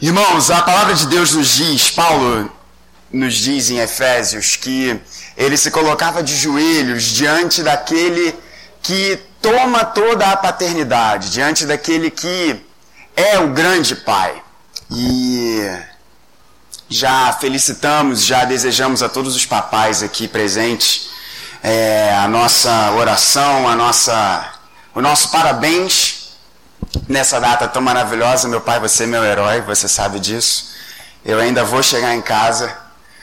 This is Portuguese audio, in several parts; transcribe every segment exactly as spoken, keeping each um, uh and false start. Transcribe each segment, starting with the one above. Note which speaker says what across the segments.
Speaker 1: Irmãos, a palavra de Deus nos diz, Paulo nos diz em Efésios, que ele se colocava de joelhos diante daquele que toma toda a paternidade, diante daquele que é o grande Pai. E já felicitamos, já desejamos a todos os papais aqui presentes é, a nossa oração, a nossa, o nosso parabéns nessa data tão maravilhosa. Meu pai, você é meu herói, você sabe disso. Eu ainda vou chegar em casa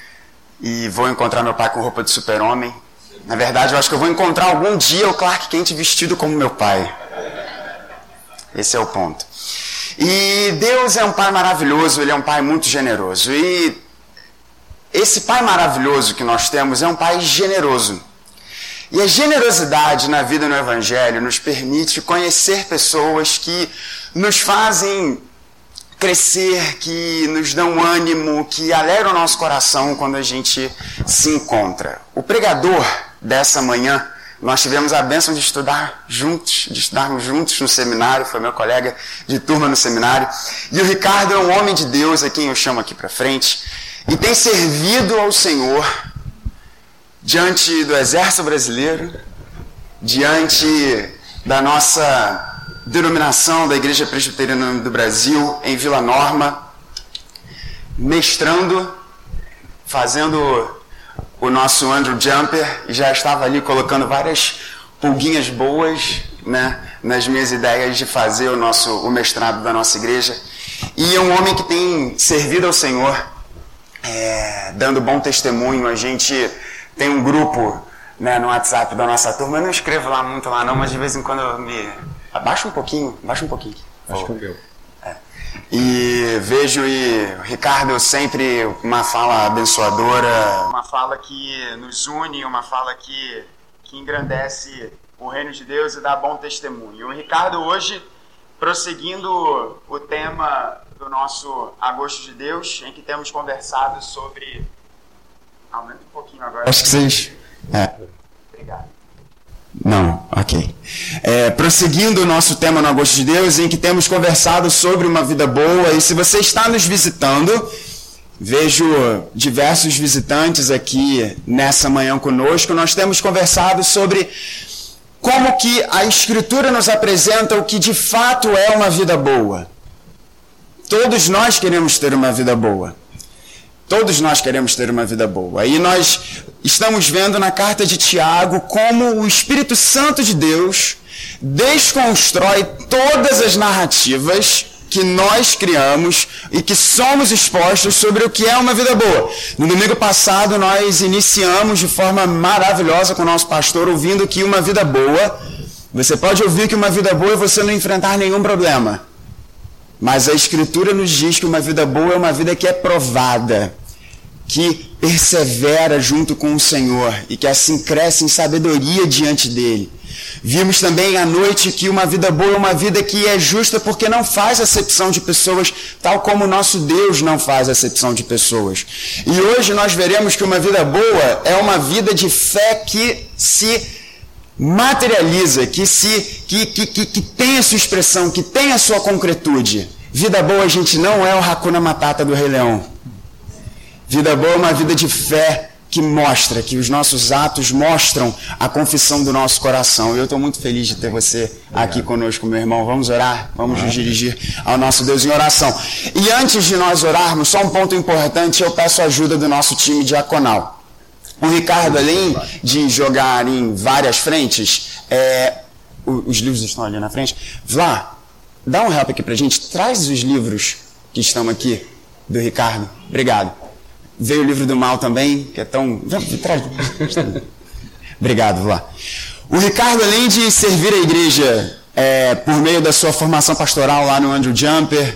Speaker 1: e vou encontrar meu pai com roupa de super-homem. Na verdade, eu acho que eu vou encontrar algum dia o Clark Kent vestido como meu pai. Esse é o ponto. E Deus é um pai maravilhoso, Ele é um pai muito generoso. E esse pai maravilhoso que nós temos é um pai generoso. E a generosidade na vida no Evangelho nos permite conhecer pessoas que nos fazem crescer, que nos dão ânimo, que alegram o nosso coração quando a gente se encontra. O pregador dessa manhã, nós tivemos a bênção de estudar juntos, de estudarmos juntos no seminário, foi meu colega de turma no seminário. E o Ricardo é um homem de Deus, a quem eu chamo aqui para frente, e tem servido ao Senhor diante do Exército Brasileiro, diante da nossa denominação da Igreja Presbiteriana do Brasil, em Vila Norma, mestrando, fazendo o nosso Andrew Jumper, e já estava ali colocando várias pulguinhas boas, né, nas minhas ideias de fazer o, nosso, o mestrado da nossa igreja. E é um homem que tem servido ao Senhor, é, dando bom testemunho. A gente tem um grupo, né, no WhatsApp da nossa turma. Eu não escrevo lá muito lá não, mas de vez em quando eu me... Abaixa um pouquinho, abaixa um pouquinho.
Speaker 2: Acho que eu.
Speaker 1: É. E vejo e Ricardo sempre uma fala abençoadora, uma fala que nos une, uma fala que, que engrandece o reino de Deus e dá bom testemunho. O Ricardo hoje, prosseguindo o tema do nosso Agosto de Deus, em que temos conversado sobre... Aumenta um pouquinho agora.
Speaker 2: Acho que vocês... É.
Speaker 1: Obrigado.
Speaker 2: Não, ok. É, prosseguindo o nosso tema no Agosto de Deus, em que temos conversado sobre uma vida boa, e se você está nos visitando, vejo diversos visitantes aqui nessa manhã conosco, nós temos conversado sobre como que a Escritura nos apresenta o que de fato é uma vida boa. Todos nós queremos ter uma vida boa. Todos nós queremos ter uma vida boa. E nós estamos vendo na carta de Tiago como o Espírito Santo de Deus desconstrói todas as narrativas que nós criamos e que somos expostos sobre o que é uma vida boa. No domingo passado nós iniciamos de forma maravilhosa com o nosso pastor, ouvindo que uma vida boa, você pode ouvir que uma vida boa é você não enfrentar nenhum problema. Mas a Escritura nos diz que uma vida boa é uma vida que é provada, que persevera junto com o Senhor e que assim cresce em sabedoria diante dele. Vimos também à noite que uma vida boa é uma vida que é justa porque não faz acepção de pessoas, tal como o nosso Deus não faz acepção de pessoas. E hoje nós veremos que uma vida boa é uma vida de fé que se materializa, que, se, que, que, que, que tem a sua expressão, que tem a sua concretude. Vida boa, gente, não é o Hakuna Matata do Rei Leão. Vida boa é uma vida de fé que mostra, que os nossos atos mostram a confissão do nosso coração. E eu estou muito feliz de ter você Obrigado. Aqui conosco, meu irmão. Vamos orar? Vamos nos dirigir ao nosso Deus em oração. E antes de nós orarmos, só um ponto importante, eu peço a ajuda do nosso time diaconal. O Ricardo, além de jogar em várias frentes, é, os livros estão ali na frente. Vlá, dá um help aqui pra gente. Traz os livros que estão aqui do Ricardo. Obrigado. Veio o livro do mal também, que é tão... Traz. Obrigado, Vlá. O Ricardo, além de servir a igreja é, por meio da sua formação pastoral lá no Andrew Jumper,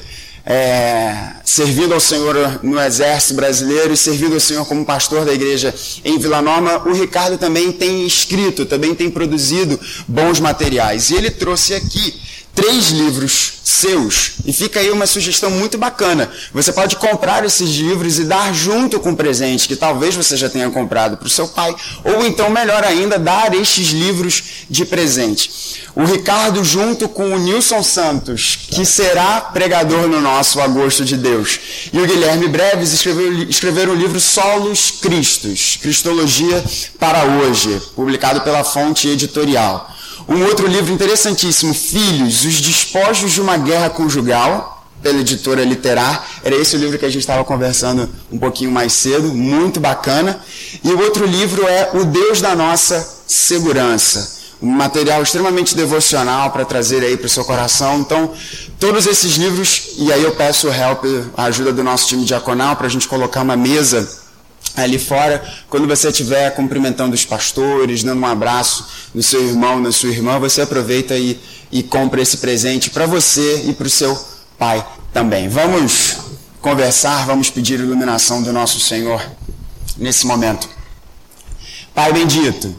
Speaker 2: É, servindo ao Senhor no Exército Brasileiro e servindo ao Senhor como pastor da igreja em Vila Norma, o Ricardo também tem escrito, também tem produzido bons materiais. E ele trouxe aqui três livros seus. E fica aí uma sugestão muito bacana. Você pode comprar esses livros e dar junto com o presente que talvez você já tenha comprado para o seu pai, ou então, melhor ainda, dar estes livros de presente. O Ricardo, junto com o Nilson Santos, que será pregador no nosso Agosto de Deus, e o Guilherme Breves escreveu, escreveram o livro Solos Cristos, Cristologia para Hoje, publicado pela Fonte Editorial. Um outro livro interessantíssimo, Filhos, os despojos de uma guerra conjugal, pela editora Literar. Era esse o livro que a gente estava conversando um pouquinho mais cedo, muito bacana. E o outro livro é O Deus da Nossa Segurança, um material extremamente devocional para trazer aí para o seu coração. Então, todos esses livros, e aí eu peço o help, a ajuda do nosso time diaconal, para a gente colocar uma mesa ali fora, quando você estiver cumprimentando os pastores, dando um abraço no seu irmão, na sua irmã, você aproveita e, e compra esse presente para você e para o seu pai também. Vamos conversar, vamos pedir iluminação do nosso Senhor nesse momento. Pai bendito,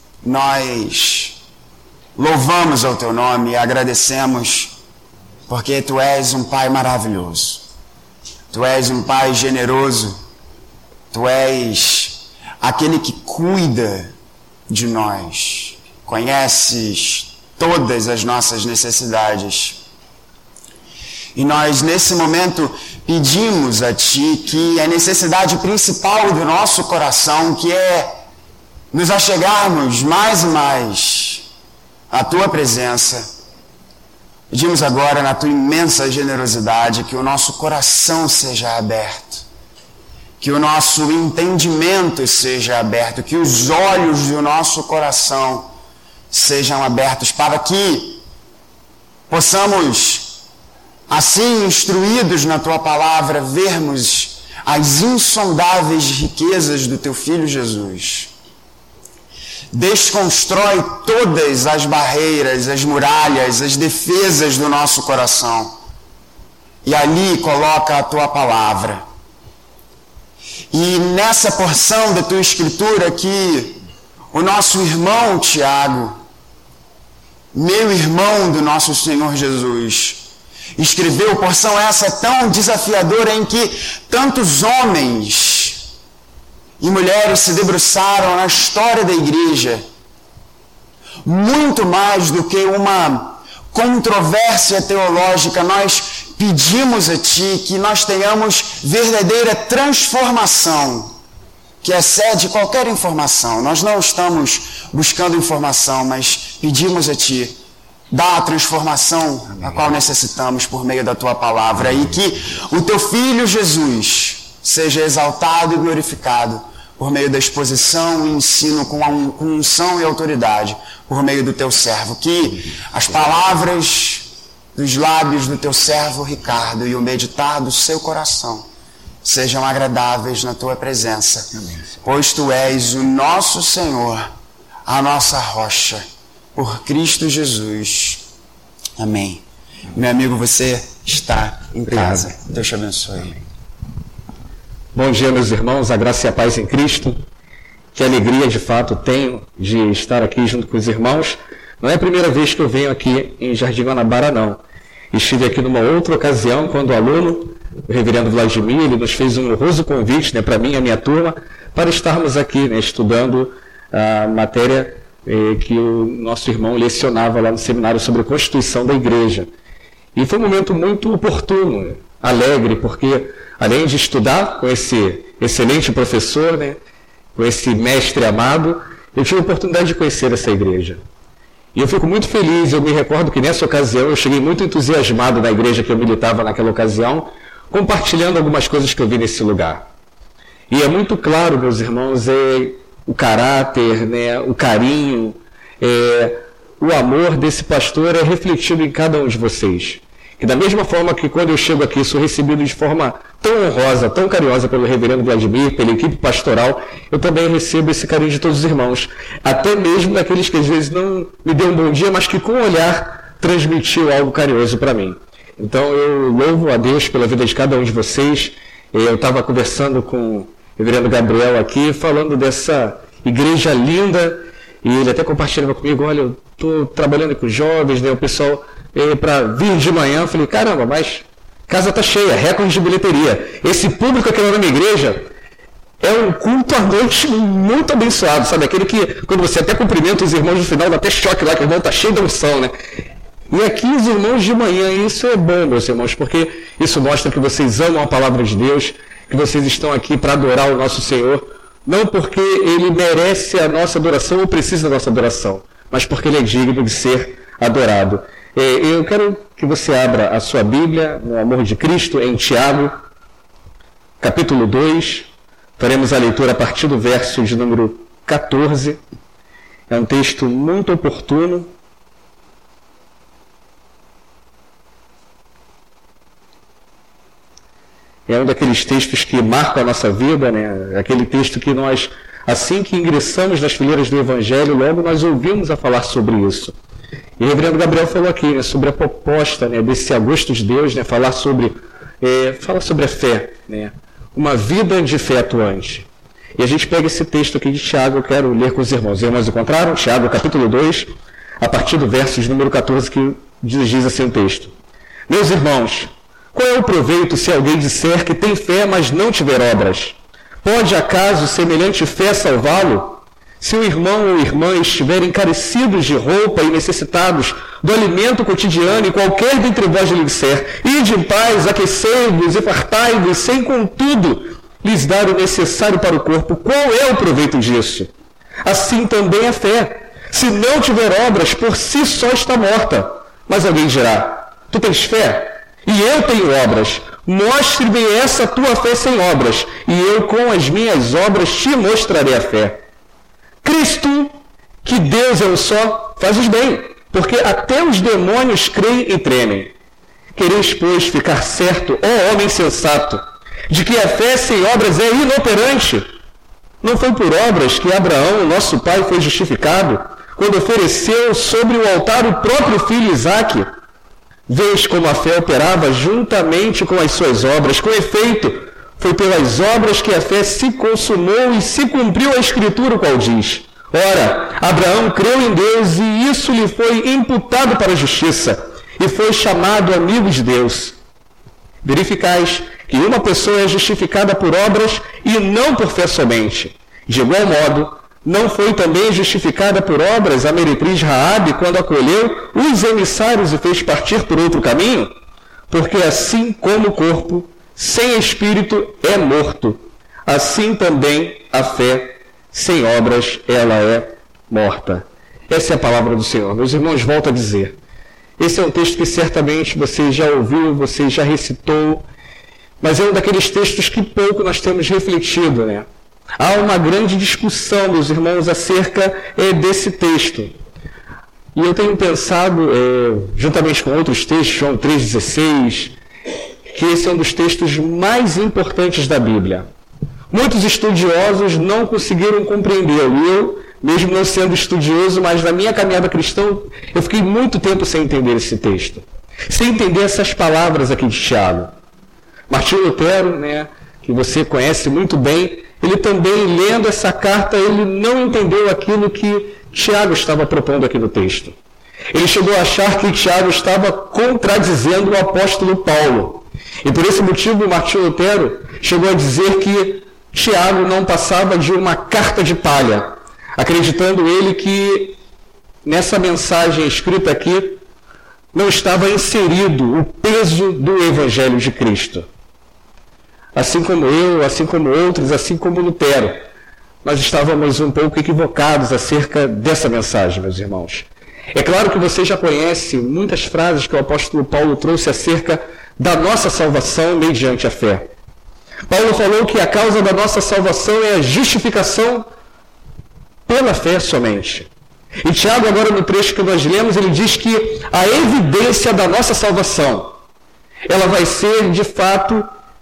Speaker 2: nós louvamos ao teu nome e agradecemos porque tu és um Pai maravilhoso, tu és um Pai generoso, tu és aquele que cuida de nós, conheces todas as nossas necessidades. E nós, nesse momento, pedimos a Ti que a necessidade principal do nosso coração, que é nos achegarmos mais e mais à Tua presença, pedimos agora, na Tua imensa generosidade, que o nosso coração seja aberto, que o nosso entendimento seja aberto, que os olhos do nosso coração sejam abertos, para que possamos, assim instruídos na Tua palavra, vermos as insondáveis riquezas do Teu Filho Jesus. Desconstrói todas as barreiras, as muralhas, as defesas do nosso coração, e ali coloca a Tua palavra. E nessa porção da Tua Escritura que o nosso irmão Tiago, meu irmão do nosso Senhor Jesus, escreveu, porção essa tão desafiadora em que tantos homens e mulheres se debruçaram na história da igreja, muito mais do que uma controvérsia teológica. Nós pedimos a Ti que nós tenhamos verdadeira transformação, que excede qualquer informação. Nós não estamos buscando informação, mas pedimos a Ti, dá a transformação a qual necessitamos por meio da Tua palavra, e que o Teu Filho Jesus seja exaltado e glorificado por meio da exposição e ensino com, a, com unção e autoridade, por meio do Teu servo. Que as palavras dos lábios do Teu servo Ricardo e o meditar do seu coração sejam agradáveis na Tua presença, pois Tu és o nosso Senhor, a nossa rocha, por Cristo Jesus. Amém. Meu amigo, você está em casa. Deus te abençoe. Amém.
Speaker 3: Bom dia, meus irmãos, a graça e a paz em Cristo. Que alegria, de fato, tenho de estar aqui junto com os irmãos. Não é a primeira vez que eu venho aqui em Jardim Guanabara, não. Estive aqui numa outra ocasião, quando o aluno, o reverendo Vladimir, ele nos fez um honroso convite, né, para mim e a minha turma, para estarmos aqui, né, estudando a matéria eh, que o nosso irmão lecionava lá no seminário sobre a Constituição da Igreja. E foi um momento muito oportuno, alegre, porque além de estudar com esse excelente professor, né, com esse mestre amado, eu tive a oportunidade de conhecer essa igreja. E eu fico muito feliz. Eu me recordo que nessa ocasião eu cheguei muito entusiasmado na igreja que eu militava naquela ocasião, compartilhando algumas coisas que eu vi nesse lugar. E é muito claro, meus irmãos, é o caráter, né, o carinho, é, o amor desse pastor é refletido em cada um de vocês. Que da mesma forma que quando eu chego aqui sou recebido de forma tão honrosa, tão carinhosa pelo reverendo Vladimir, pela equipe pastoral, eu também recebo esse carinho de todos os irmãos. Até mesmo daqueles que às vezes não me deu um bom dia, mas que com o olhar transmitiu algo carinhoso para mim. Então eu louvo a Deus pela vida de cada um de vocês. Eu estava conversando com o reverendo Gabriel aqui, falando dessa igreja linda, e ele até compartilhava comigo, olha, eu estou trabalhando com jovens, né, o pessoal para vir de manhã, eu falei, caramba, mas casa está cheia, recorde de bilheteria. Esse público aqui na minha igreja é um culto à noite muito abençoado, sabe? Aquele que, quando você até cumprimenta os irmãos no final, dá até choque lá, que o irmão está cheio de unção, né? E aqui os irmãos de manhã, e isso é bom, meus irmãos, porque isso mostra que vocês amam a palavra de Deus, que vocês estão aqui para adorar o nosso Senhor, não porque Ele merece a nossa adoração ou precisa da nossa adoração, mas porque Ele é digno de ser adorado. Eu quero que você abra a sua Bíblia, no amor de Cristo, em Tiago, capítulo dois. Faremos a leitura a partir do verso de número quatorze. É um texto muito oportuno. É um daqueles textos que marcam a nossa vida, né? Aquele texto que nós, assim que ingressamos nas fileiras do Evangelho, logo nós ouvimos a falar sobre isso. E o reverendo Gabriel falou aqui, né, sobre a proposta, né, desse agosto de Deus, né, falar sobre, é, fala sobre a fé, né, uma vida de fé atuante. E a gente pega esse texto aqui de Tiago, eu quero ler com os irmãos. Os irmãos encontraram? Tiago, capítulo dois, a partir do verso de número quatorze, que diz assim o texto. Meus irmãos, qual é o proveito se alguém disser que tem fé, mas não tiver obras? Pode acaso semelhante fé salvá-lo? Se o irmão ou irmã estiverem carecidos de roupa e necessitados do alimento cotidiano, e qualquer dentre vós lhe disser, ide em paz, aquecei-vos e fartai-vos, sem contudo lhes dar o necessário para o corpo, qual é o proveito disso? Assim também a fé, se não tiver obras, por si só está morta. Mas alguém dirá, tu tens fé, e eu tenho obras. Mostre-me essa tua fé sem obras, e eu com as minhas obras te mostrarei a fé. Cristo, que Deus é um só, fazes bem, porque até os demônios creem e tremem. Quereis, pois, ficar certo, ó homem sensato, de que a fé sem obras é inoperante. Não foi por obras que Abraão, nosso pai, foi justificado, quando ofereceu sobre o altar o próprio filho Isaque. Vês como a fé operava juntamente com as suas obras. Com efeito, foi pelas obras que a fé se consumou e se cumpriu a Escritura, qual diz. Ora, Abraão creu em Deus e isso lhe foi imputado para a justiça, e foi chamado amigo de Deus. Verificais que uma pessoa é justificada por obras e não por fé somente. De igual modo, não foi também justificada por obras a meretriz Raabe quando acolheu os emissários e fez partir por outro caminho? Porque assim como o corpo sem espírito é morto, assim também a fé sem obras ela é morta. Essa é a palavra do Senhor. Meus irmãos, volto a dizer. Esse é um texto que certamente você já ouviu, você já recitou, mas é um daqueles textos que pouco nós temos refletido, né? Há uma grande discussão, meus irmãos, acerca é, desse texto. E eu tenho pensado, é, juntamente com outros textos, João três dezesseis, que esse é um dos textos mais importantes da Bíblia. Muitos estudiosos não conseguiram compreendê-lo. E eu, mesmo não sendo estudioso, mas na minha caminhada cristã, eu fiquei muito tempo sem entender esse texto. Sem entender essas palavras aqui de Tiago. Martinho Lutero, né, que você conhece muito bem, ele também, lendo essa carta, ele não entendeu aquilo que Tiago estava propondo aqui no texto. Ele chegou a achar que Tiago estava contradizendo o apóstolo Paulo. E por esse motivo, Martinho Lutero chegou a dizer que Tiago não passava de uma carta de palha, acreditando ele que nessa mensagem escrita aqui não estava inserido o peso do Evangelho de Cristo. Assim como eu, assim como outros, assim como Lutero, nós estávamos um pouco equivocados acerca dessa mensagem, meus irmãos. É claro que você já conhece muitas frases que o apóstolo Paulo trouxe acerca da nossa salvação mediante a fé. Paulo falou que a causa da nossa salvação é a justificação pela fé somente. E Tiago, agora no trecho que nós lemos, ele diz que a evidência da nossa salvação, ela vai ser de fato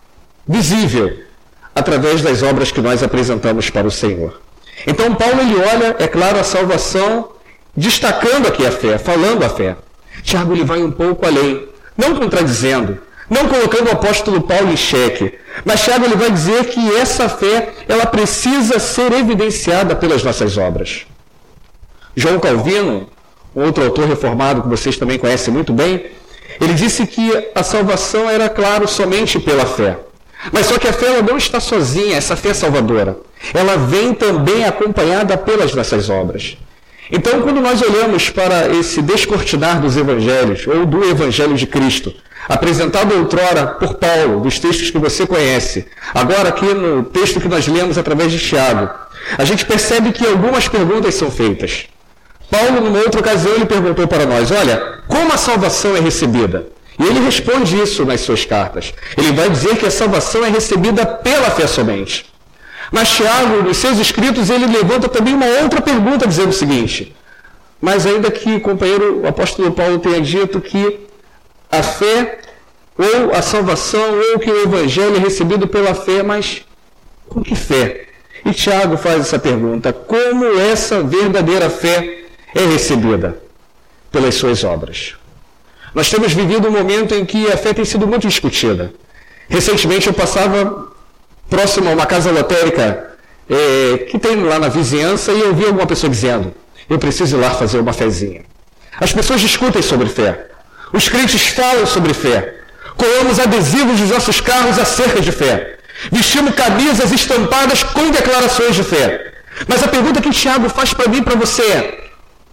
Speaker 3: visível através das obras que nós apresentamos para o Senhor. Então Paulo, ele olha, é claro, a salvação, destacando aqui a fé, falando a fé. Tiago, ele vai um pouco além, não contradizendo, não colocando o apóstolo Paulo em xeque, mas Tiago, ele vai dizer que essa fé, ela precisa ser evidenciada pelas nossas obras. João Calvino, um outro autor reformado que vocês também conhecem muito bem, ele disse que a salvação era, claro, somente pela fé. Mas só que a fé ela não está sozinha, essa fé salvadora. Ela vem também acompanhada pelas nossas obras. Então, quando nós olhamos para esse descortinar dos evangelhos, ou do evangelho de Cristo, apresentado outrora por Paulo, dos textos que você conhece, agora aqui no texto que nós lemos através de Tiago, a gente percebe que algumas perguntas são feitas. Paulo, numa outra ocasião, ele perguntou para nós, olha, como a salvação é recebida? E ele responde isso nas suas cartas. Ele vai dizer que a salvação é recebida pela fé somente. Mas Tiago, nos seus escritos, ele levanta também uma outra pergunta, dizendo o seguinte, mas ainda que, companheiro, o apóstolo Paulo tenha dito que a fé, ou a salvação, ou que o evangelho é recebido pela fé, mas com que fé? E Tiago faz essa pergunta, como essa verdadeira fé é recebida? Pelas suas obras. Nós temos vivido um momento em que a fé tem sido muito discutida. Recentemente eu passava próximo a uma casa lotérica é, que tem lá na vizinhança e eu vi alguma pessoa dizendo, eu preciso ir lá fazer uma fezinha. As pessoas discutem sobre fé. Os crentes falam sobre fé. Colamos adesivos nos nossos carros acerca de fé. Vestimos camisas estampadas com declarações de fé. Mas a pergunta que Tiago faz para mim e para você é,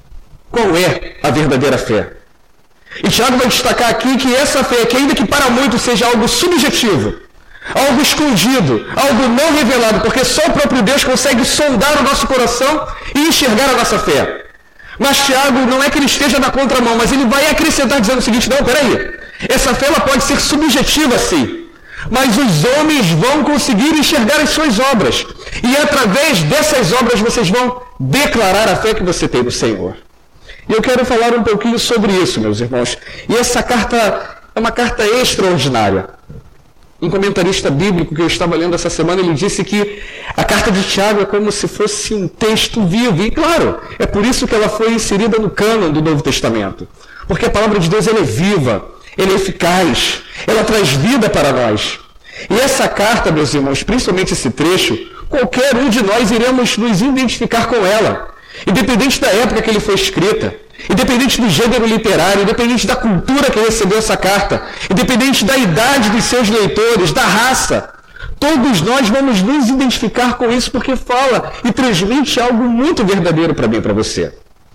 Speaker 3: qual é a verdadeira fé? E Tiago vai destacar aqui que essa fé, que ainda que para muitos seja algo subjetivo, algo escondido, algo não revelado, porque só o próprio Deus consegue sondar o nosso coração e enxergar a nossa fé. Mas Tiago não é que ele esteja na contramão, mas ele vai acrescentar dizendo o seguinte, não, peraí, essa fé ela pode ser subjetiva sim, mas os homens vão conseguir enxergar as suas obras, e através dessas obras vocês vão declarar a fé que você tem no Senhor. E eu quero falar um pouquinho sobre isso, meus irmãos. E essa carta é uma carta extraordinária. Um comentarista bíblico que eu estava lendo essa semana, ele disse que a carta de Tiago é como se fosse um texto vivo. E claro, é por isso que ela foi inserida no cânon do Novo Testamento. Porque a palavra de Deus ela é viva, ela é eficaz, ela traz vida para nós. E essa carta, meus irmãos, principalmente esse trecho, qualquer um de nós iremos nos identificar com ela. Independente da época que ele foi escrita, independente do gênero literário, independente da cultura que recebeu essa carta, independente da idade dos seus leitores, da raça, todos nós vamos nos identificar com isso porque fala e transmite algo muito verdadeiro para mim e para você.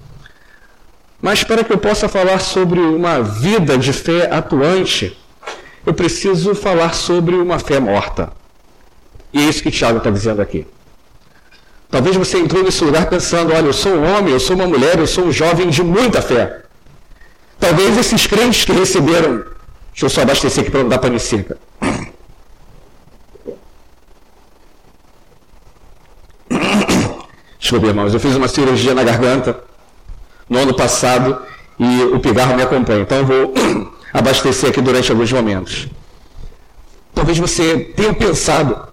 Speaker 3: Mas para que eu possa falar sobre uma vida de fé atuante, eu preciso falar sobre uma fé morta. E é isso que Tiago está dizendo aqui. Talvez você entrou nesse lugar pensando, olha, eu sou um homem, eu sou uma mulher, eu sou um jovem de muita fé. Talvez esses crentes que receberam... Deixa eu só abastecer aqui para não dar pane seca. Desculpa, irmãos, eu fiz uma cirurgia na garganta no ano passado e o pigarro me acompanha. Então eu vou abastecer aqui durante alguns momentos. Talvez você tenha pensado...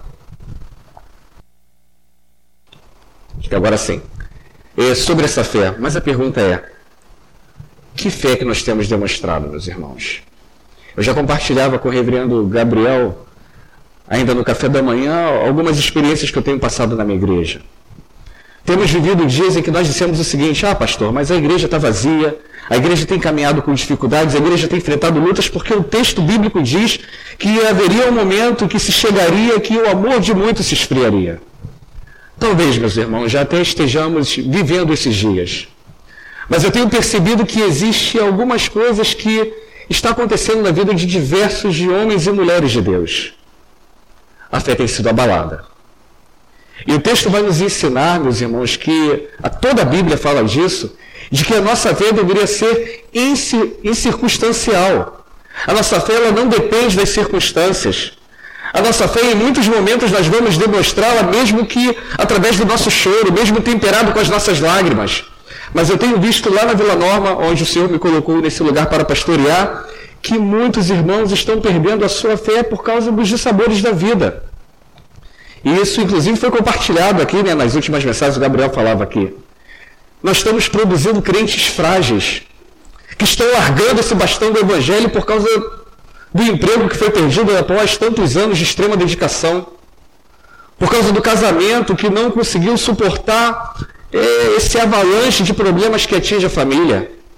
Speaker 3: Acho que agora sim. É sobre essa fé. Mas a pergunta é, que fé que nós temos demonstrado, meus irmãos? Eu já compartilhava com o reverendo Gabriel, ainda no café da manhã, algumas experiências que eu tenho passado na minha igreja. Temos vivido dias em que nós dissemos o seguinte, ah, pastor, mas a igreja está vazia, a igreja tem caminhado com dificuldades, a igreja tem enfrentado lutas, porque o texto bíblico diz que haveria um momento que se chegaria, que o amor de muitos se esfriaria. Talvez, meus irmãos, já até estejamos vivendo esses dias. Mas eu tenho percebido que existe algumas coisas que estão acontecendo na vida de diversos de homens e mulheres de Deus. A fé tem sido abalada. E o texto vai nos ensinar, meus irmãos, que a toda a Bíblia fala disso, de que a nossa fé deveria ser incircunstancial. A nossa fé ela não depende das circunstâncias. A nossa fé, em muitos momentos, nós vamos demonstrá-la mesmo que através do nosso choro, mesmo temperado com as nossas lágrimas. Mas eu tenho visto lá na Vila Norma, onde o Senhor me colocou nesse lugar para pastorear, que muitos irmãos estão perdendo a sua fé por causa dos dissabores da vida. E isso, inclusive, foi compartilhado aqui, né, nas últimas mensagens, o Gabriel falava aqui. Nós estamos produzindo crentes frágeis, que estão largando esse bastão do Evangelho por causa do emprego que foi perdido após tantos anos de extrema dedicação, por causa do casamento que não conseguiu suportar é, esse avalanche de problemas que atinge a família.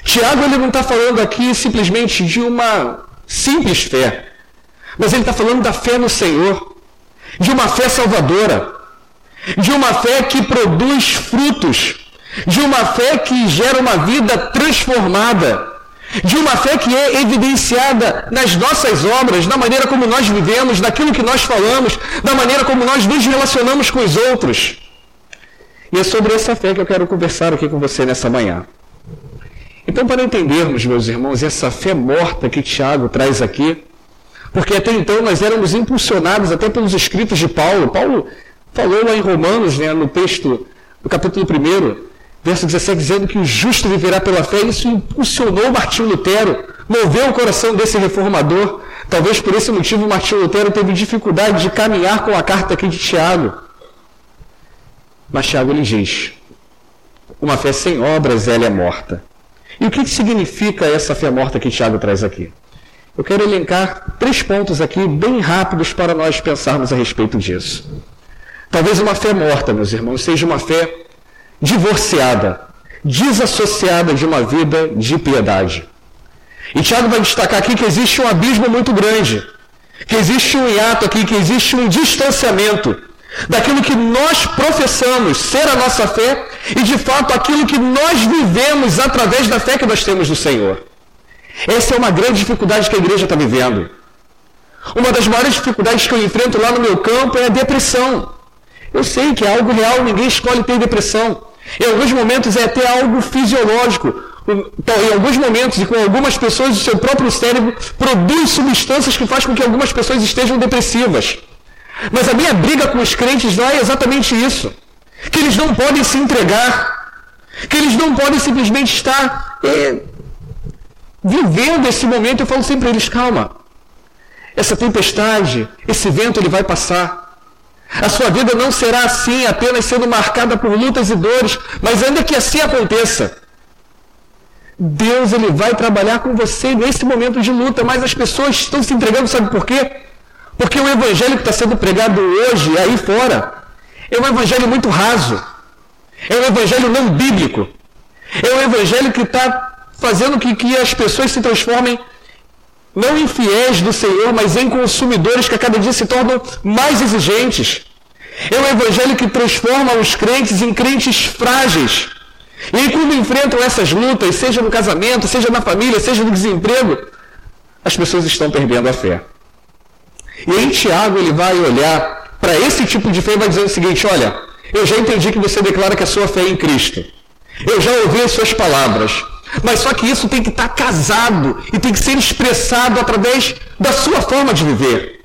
Speaker 3: Tiago ele não está falando aqui simplesmente de uma simples fé, mas ele está falando da fé no Senhor, de uma fé salvadora, de uma fé que produz frutos, de uma fé que gera uma vida transformada, de uma fé que é evidenciada nas nossas obras, na maneira como nós vivemos, naquilo que nós falamos, da maneira como nós nos relacionamos com os outros. E é sobre essa fé que eu quero conversar aqui com você nessa manhã. Então, para entendermos, meus irmãos, essa fé morta que Tiago traz aqui, porque até então nós éramos impulsionados até pelos escritos de Paulo. Paulo falou lá em Romanos, né, no texto, no capítulo primeiro, verso dezessete, dizendo que o justo viverá pela fé. Isso impulsionou Martinho Lutero, moveu o coração desse reformador. Talvez por esse motivo Martinho Lutero teve dificuldade de caminhar com a carta aqui de Tiago. Mas Tiago lhe diz, uma fé sem obras, ela é morta. E o que significa essa fé morta que Tiago traz aqui? Eu quero elencar três pontos aqui, bem rápidos, para nós pensarmos a respeito disso. Talvez uma fé morta, meus irmãos, seja uma fé divorciada, desassociada de uma vida de piedade. E Tiago vai destacar aqui que existe um abismo muito grande, que existe um hiato aqui, que existe um distanciamento daquilo que nós professamos ser a nossa fé e, de fato, aquilo que nós vivemos através da fé que nós temos no Senhor. Essa é uma grande dificuldade que a igreja está vivendo. Uma das maiores dificuldades que eu enfrento lá no meu campo é a depressão. Eu sei que é algo real, ninguém escolhe ter depressão. Em alguns momentos é até algo fisiológico. Em alguns momentos, e com algumas pessoas, o seu próprio cérebro produz substâncias que fazem com que algumas pessoas estejam depressivas. Mas a minha briga com os crentes lá é exatamente isso. Que eles não podem se entregar. Que eles não podem simplesmente estar é, vivendo esse momento. Eu falo sempre para eles, calma. Essa tempestade, esse vento, ele vai passar. A sua vida não será assim, apenas sendo marcada por lutas e dores. Mas ainda que assim aconteça, Deus ele vai trabalhar com você nesse momento de luta. Mas as pessoas estão se entregando, sabe por quê? Porque o evangelho que está sendo pregado hoje, aí fora, é um evangelho muito raso. É um evangelho não bíblico. É um evangelho que está fazendo que, que as pessoas se transformem não em fiéis do Senhor, mas em consumidores que a cada dia se tornam mais exigentes. É um evangelho que transforma os crentes em crentes frágeis. E aí, quando enfrentam essas lutas, seja no casamento, seja na família, seja no desemprego, as pessoas estão perdendo a fé. E aí Tiago ele vai olhar para esse tipo de fé e vai dizer o seguinte, olha, eu já entendi que você declara que a sua fé é em Cristo. Eu já ouvi as suas palavras. Mas só que isso tem que estar casado e tem que ser expressado através da sua forma de viver.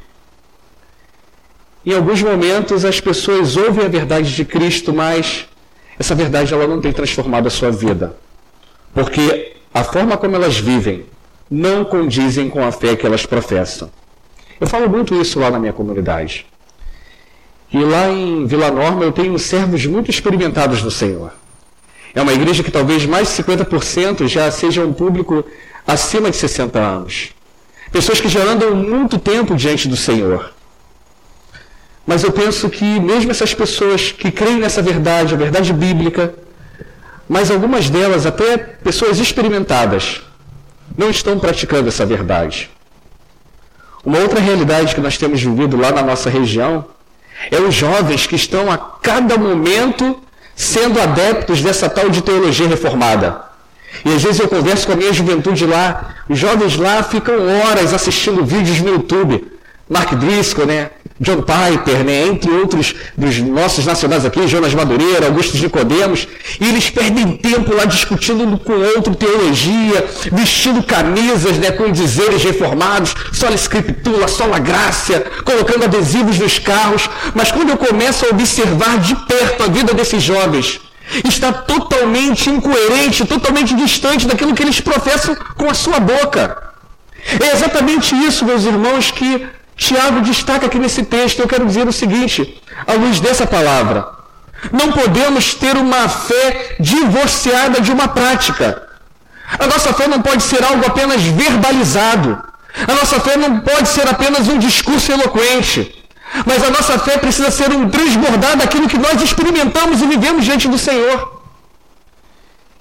Speaker 3: Em alguns momentos as pessoas ouvem a verdade de Cristo, mas essa verdade ela não tem transformado a sua vida. Porque a forma como elas vivem não condizem com a fé que elas professam. Eu falo muito isso lá na minha comunidade. E lá em Vila Norma eu tenho servos muito experimentados no Senhor. É uma igreja que talvez mais de cinquenta por cento já seja um público acima de sessenta anos. Pessoas que já andam muito tempo diante do Senhor. Mas eu penso que mesmo essas pessoas que creem nessa verdade, a verdade bíblica, mas algumas delas, até pessoas experimentadas, não estão praticando essa verdade. Uma outra realidade que nós temos vivido lá na nossa região é os jovens que estão a cada momento sendo adeptos dessa tal de teologia reformada. E às vezes eu converso com a minha juventude lá, os jovens lá ficam horas assistindo vídeos no YouTube. Mark Driscoll, né? John Piper, né? Entre outros dos nossos nacionais aqui, Jonas Madureira, Augusto Nicodemos, e eles perdem tempo lá discutindo um com outro teologia, vestindo camisas, né, com dizeres reformados, sola escritura, sola graça, colocando adesivos nos carros. Mas quando eu começo a observar de perto a vida desses jovens, está totalmente incoerente, totalmente distante daquilo que eles professam com a sua boca. É exatamente isso, meus irmãos, que Tiago destaca aqui nesse texto. Eu quero dizer o seguinte, à luz dessa palavra, não podemos ter uma fé divorciada de uma prática. A nossa fé não pode ser algo apenas verbalizado. A nossa fé não pode ser apenas um discurso eloquente. Mas a nossa fé precisa ser um transbordar daquilo que nós experimentamos e vivemos diante do Senhor.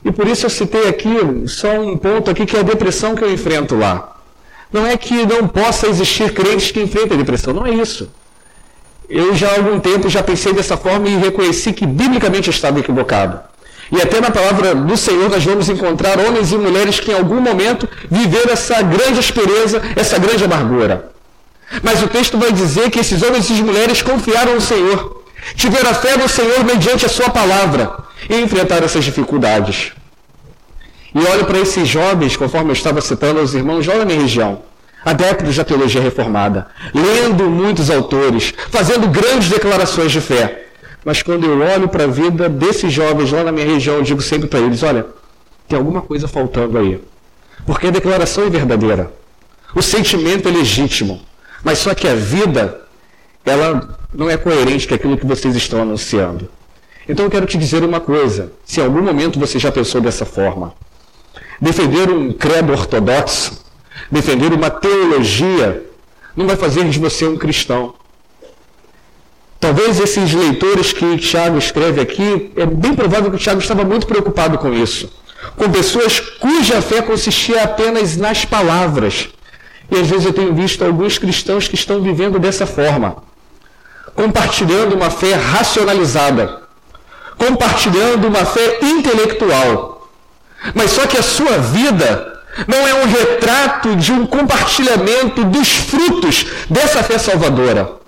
Speaker 3: E por isso eu citei aqui só um ponto aqui, que é a depressão que eu enfrento lá. Não é que não possa existir crentes que enfrentem a depressão, não é isso. Eu já há algum tempo já pensei dessa forma e reconheci que biblicamente eu estava equivocado. E até na palavra do Senhor nós vamos encontrar homens e mulheres que em algum momento viveram essa grande aspereza, essa grande amargura. Mas o texto vai dizer que esses homens e mulheres confiaram no Senhor, tiveram a fé no Senhor mediante a sua palavra e enfrentaram essas dificuldades. E olho para esses jovens, conforme eu estava citando aos irmãos lá na minha região, adeptos da teologia reformada, lendo muitos autores, fazendo grandes declarações de fé. Mas quando eu olho para a vida desses jovens lá na minha região, eu digo sempre para eles, olha, tem alguma coisa faltando aí. Porque a declaração é verdadeira, o sentimento é legítimo, mas só que a vida, ela não é coerente com aquilo que vocês estão anunciando. Então eu quero te dizer uma coisa, se em algum momento você já pensou dessa forma, defender um credo ortodoxo, defender uma teologia, não vai fazer de você um cristão. Talvez esses leitores que Tiago escreve aqui, é bem provável que o Tiago estava muito preocupado com isso. Com pessoas cuja fé consistia apenas nas palavras. E às vezes eu tenho visto alguns cristãos que estão vivendo dessa forma. Compartilhando uma fé racionalizada. Compartilhando uma fé intelectual. Mas só que a sua vida não é um retrato de um compartilhamento dos frutos dessa fé salvadora.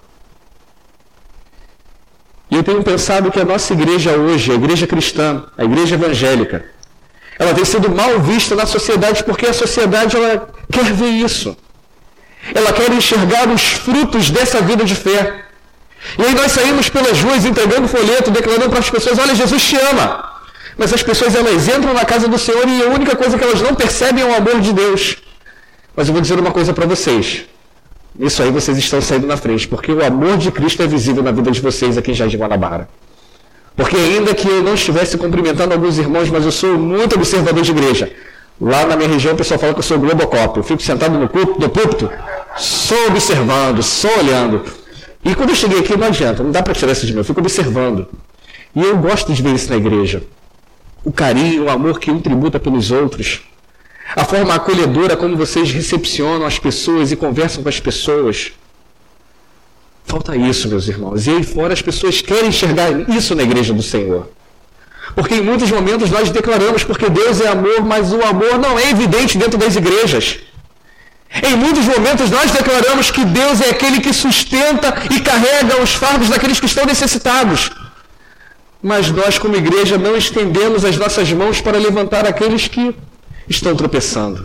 Speaker 3: E eu tenho pensado que a nossa igreja hoje, a igreja cristã, a igreja evangélica, ela tem sido mal vista na sociedade porque a sociedade ela quer ver isso. Ela quer enxergar os frutos dessa vida de fé. E aí nós saímos pelas ruas entregando folheto, declarando para as pessoas, olha, Jesus te ama. Mas as pessoas elas entram na casa do Senhor e a única coisa que elas não percebem é o amor de Deus. Mas eu vou dizer uma coisa para vocês. Isso aí vocês estão saindo na frente, porque o amor de Cristo é visível na vida de vocês aqui em Jardim Guanabara. Porque ainda que eu não estivesse cumprimentando alguns irmãos, mas eu sou muito observador de igreja. Lá na minha região o pessoal fala que eu sou globocop. Eu fico sentado no púlpito, no púlpito só observando, só olhando. E quando eu cheguei aqui, não adianta, não dá para tirar isso de mim, eu fico observando. E eu gosto de ver isso na igreja. O carinho, o amor que um tributa pelos outros. A forma acolhedora como vocês recepcionam as pessoas e conversam com as pessoas. Falta isso, meus irmãos. E aí fora as pessoas querem enxergar isso na igreja do Senhor. Porque em muitos momentos nós declaramos porque Deus é amor, mas o amor não é evidente dentro das igrejas. Em muitos momentos nós declaramos que Deus é aquele que sustenta e carrega os fardos daqueles que estão necessitados. Mas nós, como igreja, não estendemos as nossas mãos para levantar aqueles que estão tropeçando.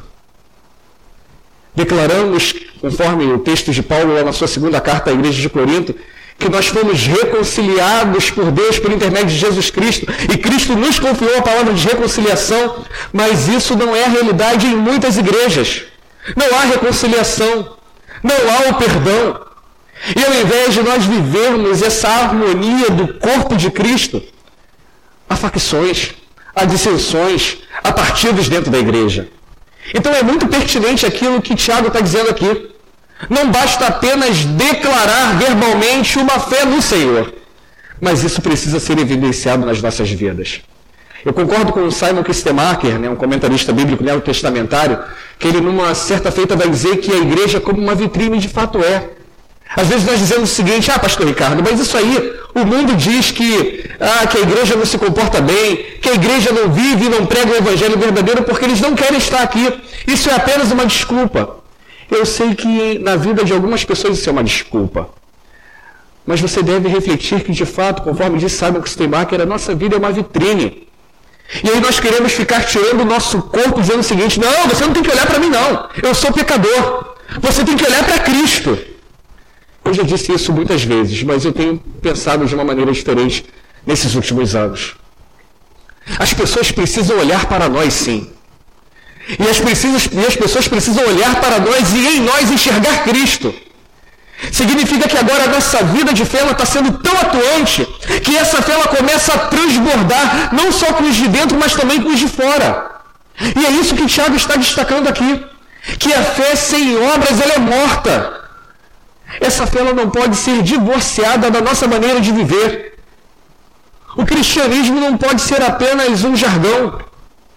Speaker 3: Declaramos, conforme o texto de Paulo lá na sua segunda carta à igreja de Corinto, que nós fomos reconciliados por Deus por intermédio de Jesus Cristo, e Cristo nos confiou a palavra de reconciliação, mas isso não é a realidade em muitas igrejas. Não há reconciliação, não há o perdão. E ao invés de nós vivermos essa harmonia do corpo de Cristo, há facções, há dissensões, há partidos dentro da igreja. Então é muito pertinente aquilo que Tiago está dizendo aqui. Não basta apenas declarar verbalmente uma fé no Senhor, mas isso precisa ser evidenciado nas nossas vidas. Eu concordo com o Simon Kistemaker, né, um comentarista bíblico neotestamentário, que ele numa certa feita vai dizer que a igreja como uma vitrine de fato é. Às vezes nós dizemos o seguinte, ah, pastor Ricardo, mas isso aí, o mundo diz que, ah, que a igreja não se comporta bem, que a igreja não vive e não prega o evangelho verdadeiro porque eles não querem estar aqui. Isso é apenas uma desculpa. Eu sei que na vida de algumas pessoas isso é uma desculpa. Mas você deve refletir que, de fato, conforme disse Simon Kistemaker, a nossa vida é uma vitrine. E aí nós queremos ficar tirando o nosso corpo dizendo o seguinte, não, você não tem que olhar para mim não, eu sou pecador. Você tem que olhar para Cristo. Eu já disse isso muitas vezes, mas eu tenho pensado de uma maneira diferente nesses últimos anos. As pessoas precisam olhar para nós, sim. E as, precisas, e as pessoas precisam olhar para nós e em nós enxergar Cristo. Significa que agora a nossa vida de fé está sendo tão atuante que essa fé ela começa a transbordar, não só com os de dentro, mas também com os de fora. E é isso que Tiago está destacando aqui. Que a fé sem obras ela é morta. Essa fé ela não pode ser divorciada da nossa maneira de viver. O cristianismo não pode ser apenas um jargão.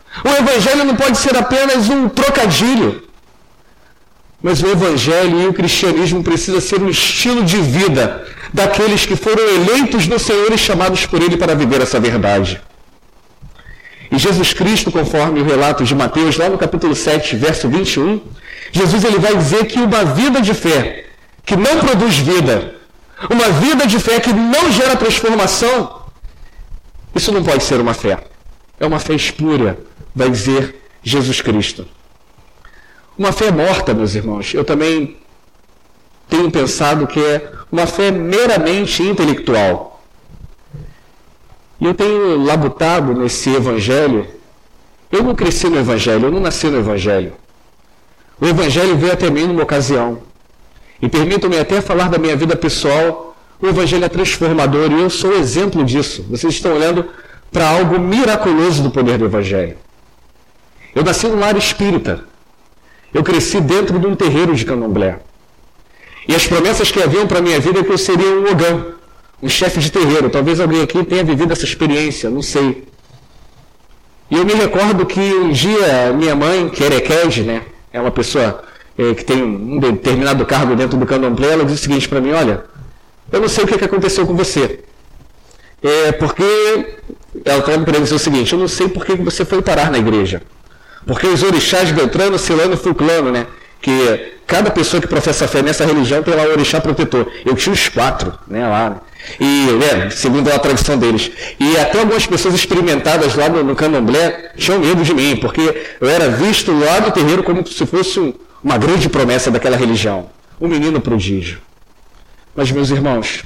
Speaker 3: O Evangelho não pode ser apenas um trocadilho. Mas o Evangelho e o cristianismo precisa ser um estilo de vida daqueles que foram eleitos no Senhor e chamados por Ele para viver essa verdade. E Jesus Cristo, conforme o relato de Mateus, lá no capítulo sete, verso vinte e um, Jesus ele vai dizer que uma vida de fé que não produz vida, uma vida de fé que não gera transformação, isso não pode ser uma fé. É uma fé espúria, vai dizer Jesus Cristo. Uma fé morta, meus irmãos, eu também tenho pensado que é uma fé meramente intelectual. E eu tenho labutado nesse evangelho. Eu não cresci no evangelho, eu não nasci no evangelho. O evangelho veio até mim numa ocasião. E permitam-me até falar da minha vida pessoal. O evangelho é transformador e eu sou exemplo disso. Vocês estão olhando para algo miraculoso do poder do evangelho. Eu nasci num lar espírita. Eu cresci dentro de um terreiro de candomblé. E as promessas que haviam para a minha vida é que eu seria um ogã, um chefe de terreiro. Talvez alguém aqui tenha vivido essa experiência, não sei. E eu me recordo que um dia minha mãe, que é Erequede, né, é uma pessoa é, que tem um determinado cargo dentro do candomblé, ela disse o seguinte para mim: olha, eu não sei o que, que aconteceu com você. É porque ela falou para mim o seguinte: eu não sei por que você foi parar na igreja. Porque os orixás Beltrano, Celano e Fulclano, né? Que cada pessoa que professa fé nessa religião tem lá o orixá protetor. Eu tinha os quatro, né? Lá, né? E, né, segundo a tradição deles. E até algumas pessoas experimentadas lá no, no candomblé tinham medo de mim, porque eu era visto lá do terreiro como se fosse um, uma grande promessa daquela religião. Um menino prodígio. Mas, meus irmãos,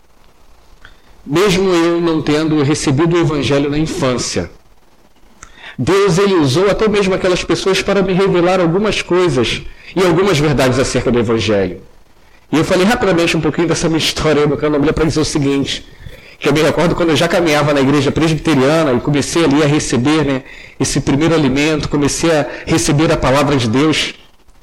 Speaker 3: mesmo eu não tendo recebido o evangelho na infância, Deus ele usou até mesmo aquelas pessoas para me revelar algumas coisas e algumas verdades acerca do Evangelho. E eu falei rapidamente um pouquinho dessa minha história no candomblé para dizer o seguinte, que eu me recordo quando eu já caminhava na igreja presbiteriana e comecei ali a receber, né, esse primeiro alimento, comecei a receber a palavra de Deus.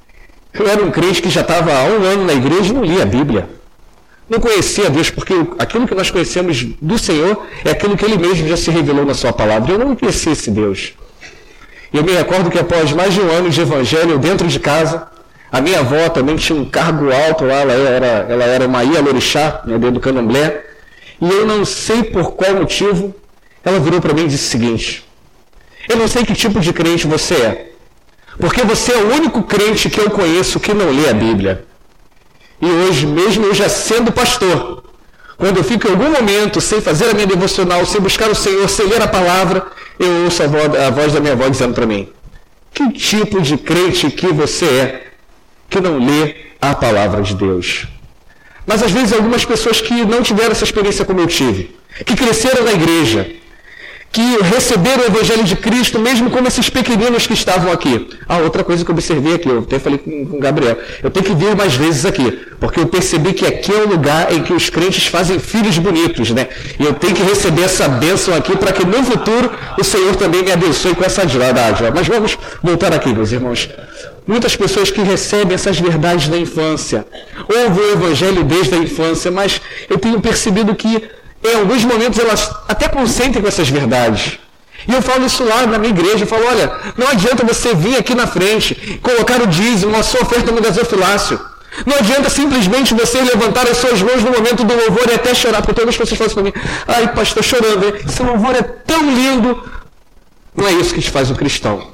Speaker 3: Eu era um crente que já estava há um ano na igreja e não lia a Bíblia. Não conhecia Deus, porque aquilo que nós conhecemos do Senhor é aquilo que Ele mesmo já se revelou na sua palavra. Eu não conhecia esse Deus. E eu me recordo que após mais de um ano de evangelho dentro de casa, a minha avó também tinha um cargo alto lá, ela era, ela era uma Ialorixá, né, dentro do candomblé, e eu não sei por qual motivo, ela virou para mim e disse o seguinte: eu não sei que tipo de crente você é, porque você é o único crente que eu conheço que não lê a Bíblia. E hoje, mesmo eu já sendo pastor, quando eu fico em algum momento sem fazer a minha devocional, sem buscar o Senhor, sem ler a palavra, eu ouço a voz, a voz da minha avó dizendo para mim: que tipo de crente que você é que não lê a palavra de Deus? Mas às vezes algumas pessoas que não tiveram essa experiência como eu tive, que cresceram na igreja, que receberam o Evangelho de Cristo, mesmo como esses pequeninos que estavam aqui. Ah, outra coisa que eu observei aqui, eu até falei com o Gabriel, eu tenho que vir mais vezes aqui, porque eu percebi que aqui é o lugar em que os crentes fazem filhos bonitos, né? E eu tenho que receber essa bênção aqui para que no futuro o Senhor também me abençoe com essa dádiva. Mas vamos voltar aqui, meus irmãos. Muitas pessoas que recebem essas verdades da infância, ouvem o Evangelho desde a infância, mas eu tenho percebido que em alguns momentos elas até consentem com essas verdades. E eu falo isso lá na minha igreja, eu falo: olha, não adianta você vir aqui na frente, colocar o dízimo, a sua oferta no gasofilácio. Não adianta simplesmente você levantar as suas mãos no momento do louvor e até chorar, porque todas as pessoas falam assim para mim: ai, pastor, chorando, hein? Esse louvor é tão lindo. Não é isso que te faz um cristão.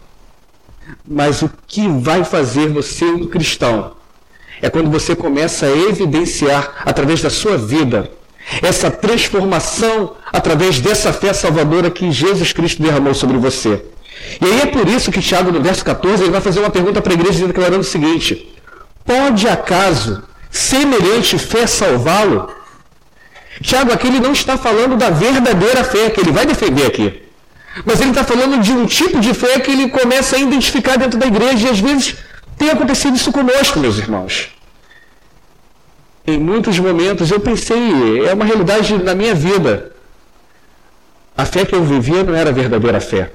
Speaker 3: Mas o que vai fazer você um cristão é quando você começa a evidenciar através da sua vida essa transformação através dessa fé salvadora que Jesus Cristo derramou sobre você. E aí é por isso que Tiago, no verso catorze, ele vai fazer uma pergunta para a igreja, declarando o seguinte: pode acaso semelhante fé salvá-lo? Tiago aqui ele não está falando da verdadeira fé que ele vai defender aqui, mas ele está falando de um tipo de fé que ele começa a identificar dentro da igreja, e às vezes tem acontecido isso conosco, meus irmãos. Em muitos momentos eu pensei, é uma realidade na minha vida. A fé que eu vivia não era a verdadeira fé.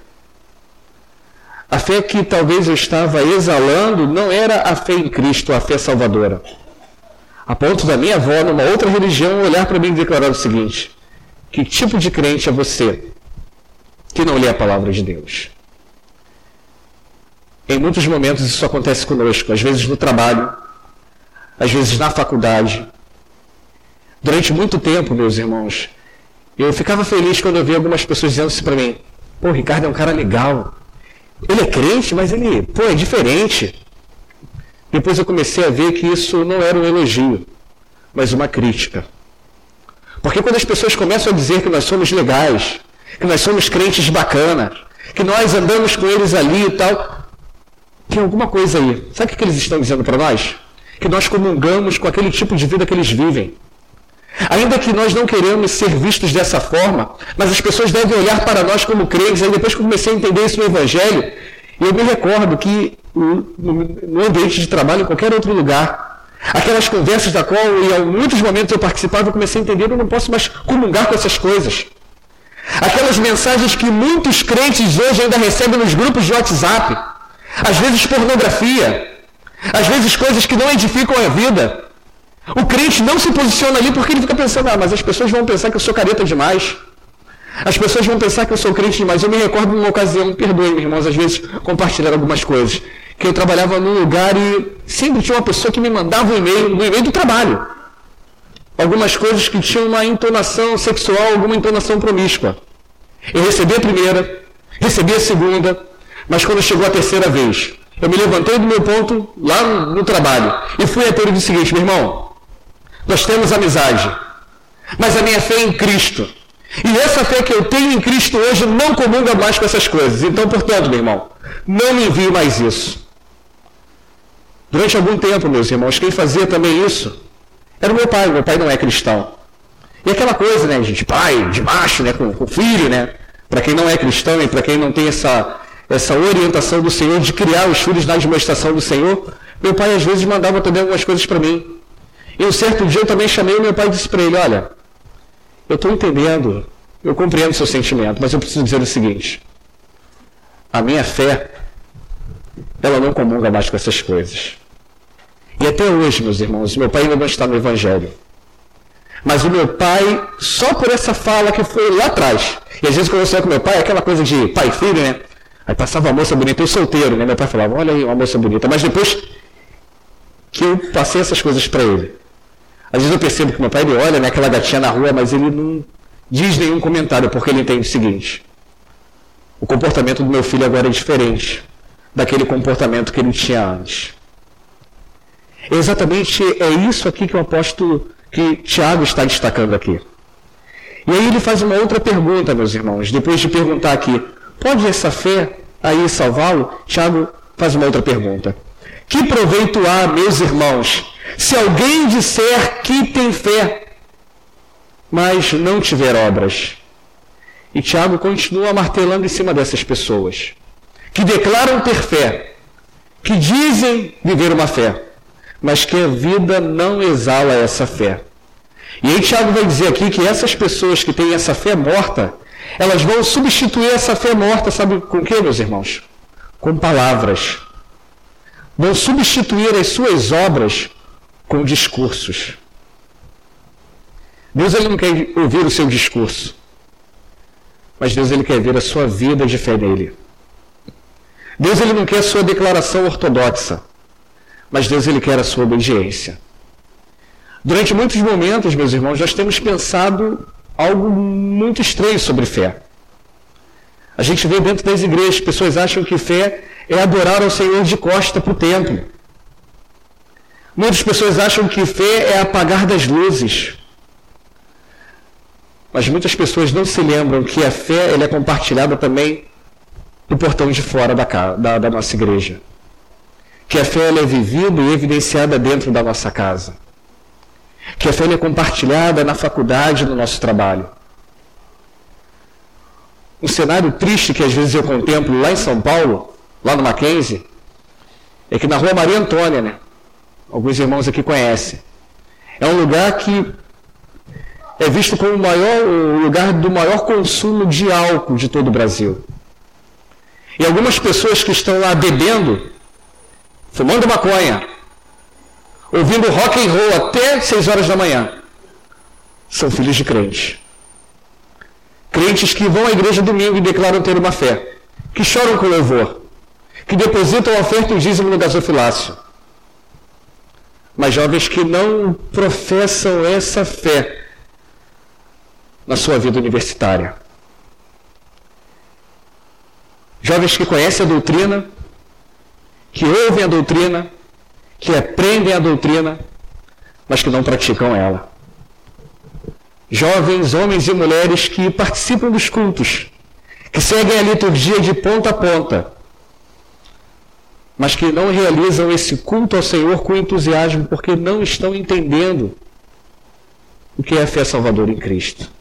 Speaker 3: A fé que talvez eu estava exalando não era a fé em Cristo, a fé salvadora. A ponto da minha avó, numa outra religião, olhar para mim e declarar o seguinte: que tipo de crente é você que não lê a palavra de Deus? Em muitos momentos isso acontece conosco, às vezes no trabalho, às vezes na faculdade. Durante muito tempo, meus irmãos, eu ficava feliz quando eu via algumas pessoas dizendo isso para mim. Pô, o Ricardo é um cara legal. Ele é crente, mas ele, pô, é diferente. Depois eu comecei a ver que isso não era um elogio, mas uma crítica. Porque quando as pessoas começam a dizer que nós somos legais, que nós somos crentes bacanas, que nós andamos com eles ali e tal, tem alguma coisa aí. Sabe o que eles estão dizendo para nós? Que nós comungamos com aquele tipo de vida que eles vivem. Ainda que nós não queremos ser vistos dessa forma, mas as pessoas devem olhar para nós como crentes. Aí depois que eu comecei a entender isso no Evangelho, eu me recordo que no ambiente de trabalho, em qualquer outro lugar, aquelas conversas da qual em muitos momentos eu participava, eu comecei a entender que eu não posso mais comungar com essas coisas. Aquelas mensagens que muitos crentes hoje ainda recebem nos grupos de WhatsApp, às vezes pornografia, às vezes coisas que não edificam a vida. O crente não se posiciona ali porque ele fica pensando, ah, mas as pessoas vão pensar que eu sou careta demais. As pessoas vão pensar que eu sou crente demais. Eu me recordo de uma ocasião, perdoem, irmãos, às vezes compartilhar algumas coisas, que eu trabalhava num lugar e sempre tinha uma pessoa que me mandava um e-mail, no e-mail do trabalho. Algumas coisas que tinham uma entonação sexual, alguma entonação promíscua. Eu recebi a primeira, recebi a segunda, mas quando chegou a terceira vez, eu me levantei do meu ponto lá no, no trabalho e fui até ele do seguinte, meu irmão, nós temos amizade, mas a minha fé é em Cristo. E essa fé que eu tenho em Cristo hoje não comunga mais com essas coisas. Então, portanto, meu irmão, não me envie mais isso. Durante algum tempo, meus irmãos, quem fazia também isso era o meu pai. Meu pai não é cristão. E aquela coisa, né, gente, pai de macho, né, com, com filho, né, para quem não é cristão e para quem não tem essa, essa orientação do Senhor de criar os filhos na administração do Senhor, meu pai às vezes mandava também algumas coisas para mim. E um certo dia eu também chamei o meu pai e disse para ele, olha, eu estou entendendo, eu compreendo o seu sentimento, mas eu preciso dizer o seguinte, a minha fé, ela não comunga mais com essas coisas. E até hoje, meus irmãos, meu pai ainda não está no Evangelho. Mas o meu pai, só por essa fala que foi lá atrás, e às vezes quando eu saio com meu pai, aquela coisa de pai e filho, né? Aí passava uma moça bonita, eu solteiro, né? Meu pai falava, olha aí, uma moça bonita. Mas depois que eu passei essas coisas para ele, às vezes eu percebo que meu pai, ele olha, né, aquela gatinha na rua, mas ele não diz nenhum comentário, porque ele entende o seguinte, o comportamento do meu filho agora é diferente daquele comportamento que ele tinha antes. Exatamente é isso aqui que o apóstolo, que Tiago está destacando aqui. E aí ele faz uma outra pergunta, meus irmãos. Depois de perguntar aqui, pode essa fé aí salvá-lo? Tiago faz uma outra pergunta. Que proveito há, meus irmãos, se alguém disser que tem fé, mas não tiver obras? E Tiago continua martelando em cima dessas pessoas, que declaram ter fé, que dizem viver uma fé, mas que a vida não exala essa fé. E aí Tiago vai dizer aqui que essas pessoas que têm essa fé morta, elas vão substituir essa fé morta, sabe com o que, meus irmãos? Com palavras. Vão substituir as suas obras com discursos. Deus ele não quer ouvir o seu discurso, mas Deus ele quer ver a sua vida de fé nele. Deus ele não quer a sua declaração ortodoxa, mas Deus ele quer a sua obediência. Durante muitos momentos, meus irmãos, nós temos pensado algo muito estranho sobre fé. A gente vê dentro das igrejas, pessoas acham que fé é adorar ao Senhor de costa para o templo. Muitas pessoas acham que fé é apagar das luzes. Mas muitas pessoas não se lembram que a fé ela é compartilhada também no portão de fora da, da, da nossa igreja. Que a fé ela é vivida e evidenciada dentro da nossa casa. Que a fé ela é compartilhada na faculdade, no nosso trabalho. Um cenário triste que às vezes eu contemplo lá em São Paulo, lá no Mackenzie, é que na rua Maria Antônia, né? Alguns irmãos aqui conhecem. É um lugar que é visto como o, maior, o lugar do maior consumo de álcool de todo o Brasil. E algumas pessoas que estão lá bebendo, fumando maconha, ouvindo rock and roll até seis horas da manhã, são filhos de crentes. Crentes que vão à igreja domingo e declaram ter uma fé, que choram com louvor, que depositam a oferta e o dízimo no gasofilácio. Mas jovens que não professam essa fé na sua vida universitária. Jovens que conhecem a doutrina, que ouvem a doutrina, que aprendem a doutrina, mas que não praticam ela. Jovens, homens e mulheres que participam dos cultos, que seguem a liturgia de ponta a ponta, mas que não realizam esse culto ao Senhor com entusiasmo, porque não estão entendendo o que é a fé salvadora em Cristo.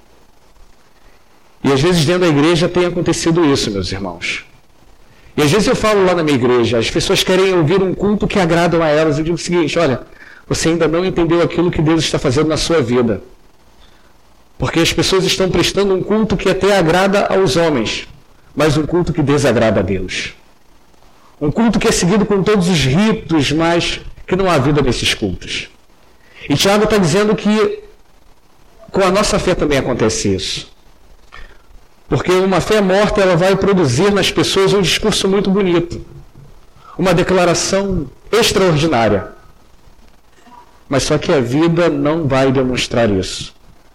Speaker 3: E às vezes dentro da igreja tem acontecido isso, meus irmãos. E às vezes eu falo lá na minha igreja, as pessoas querem ouvir um culto que agradam a elas. Eu digo o seguinte: olha, você ainda não entendeu aquilo que Deus está fazendo na sua vida. Porque as pessoas estão prestando um culto que até agrada aos homens, mas um culto que desagrada a Deus. Um culto que é seguido com todos os ritos, mas que não há vida nesses cultos. E Tiago está dizendo que com a nossa fé também acontece isso. Porque uma fé morta, ela vai produzir nas pessoas um discurso muito bonito, uma declaração extraordinária. Mas só que a vida não vai demonstrar isso.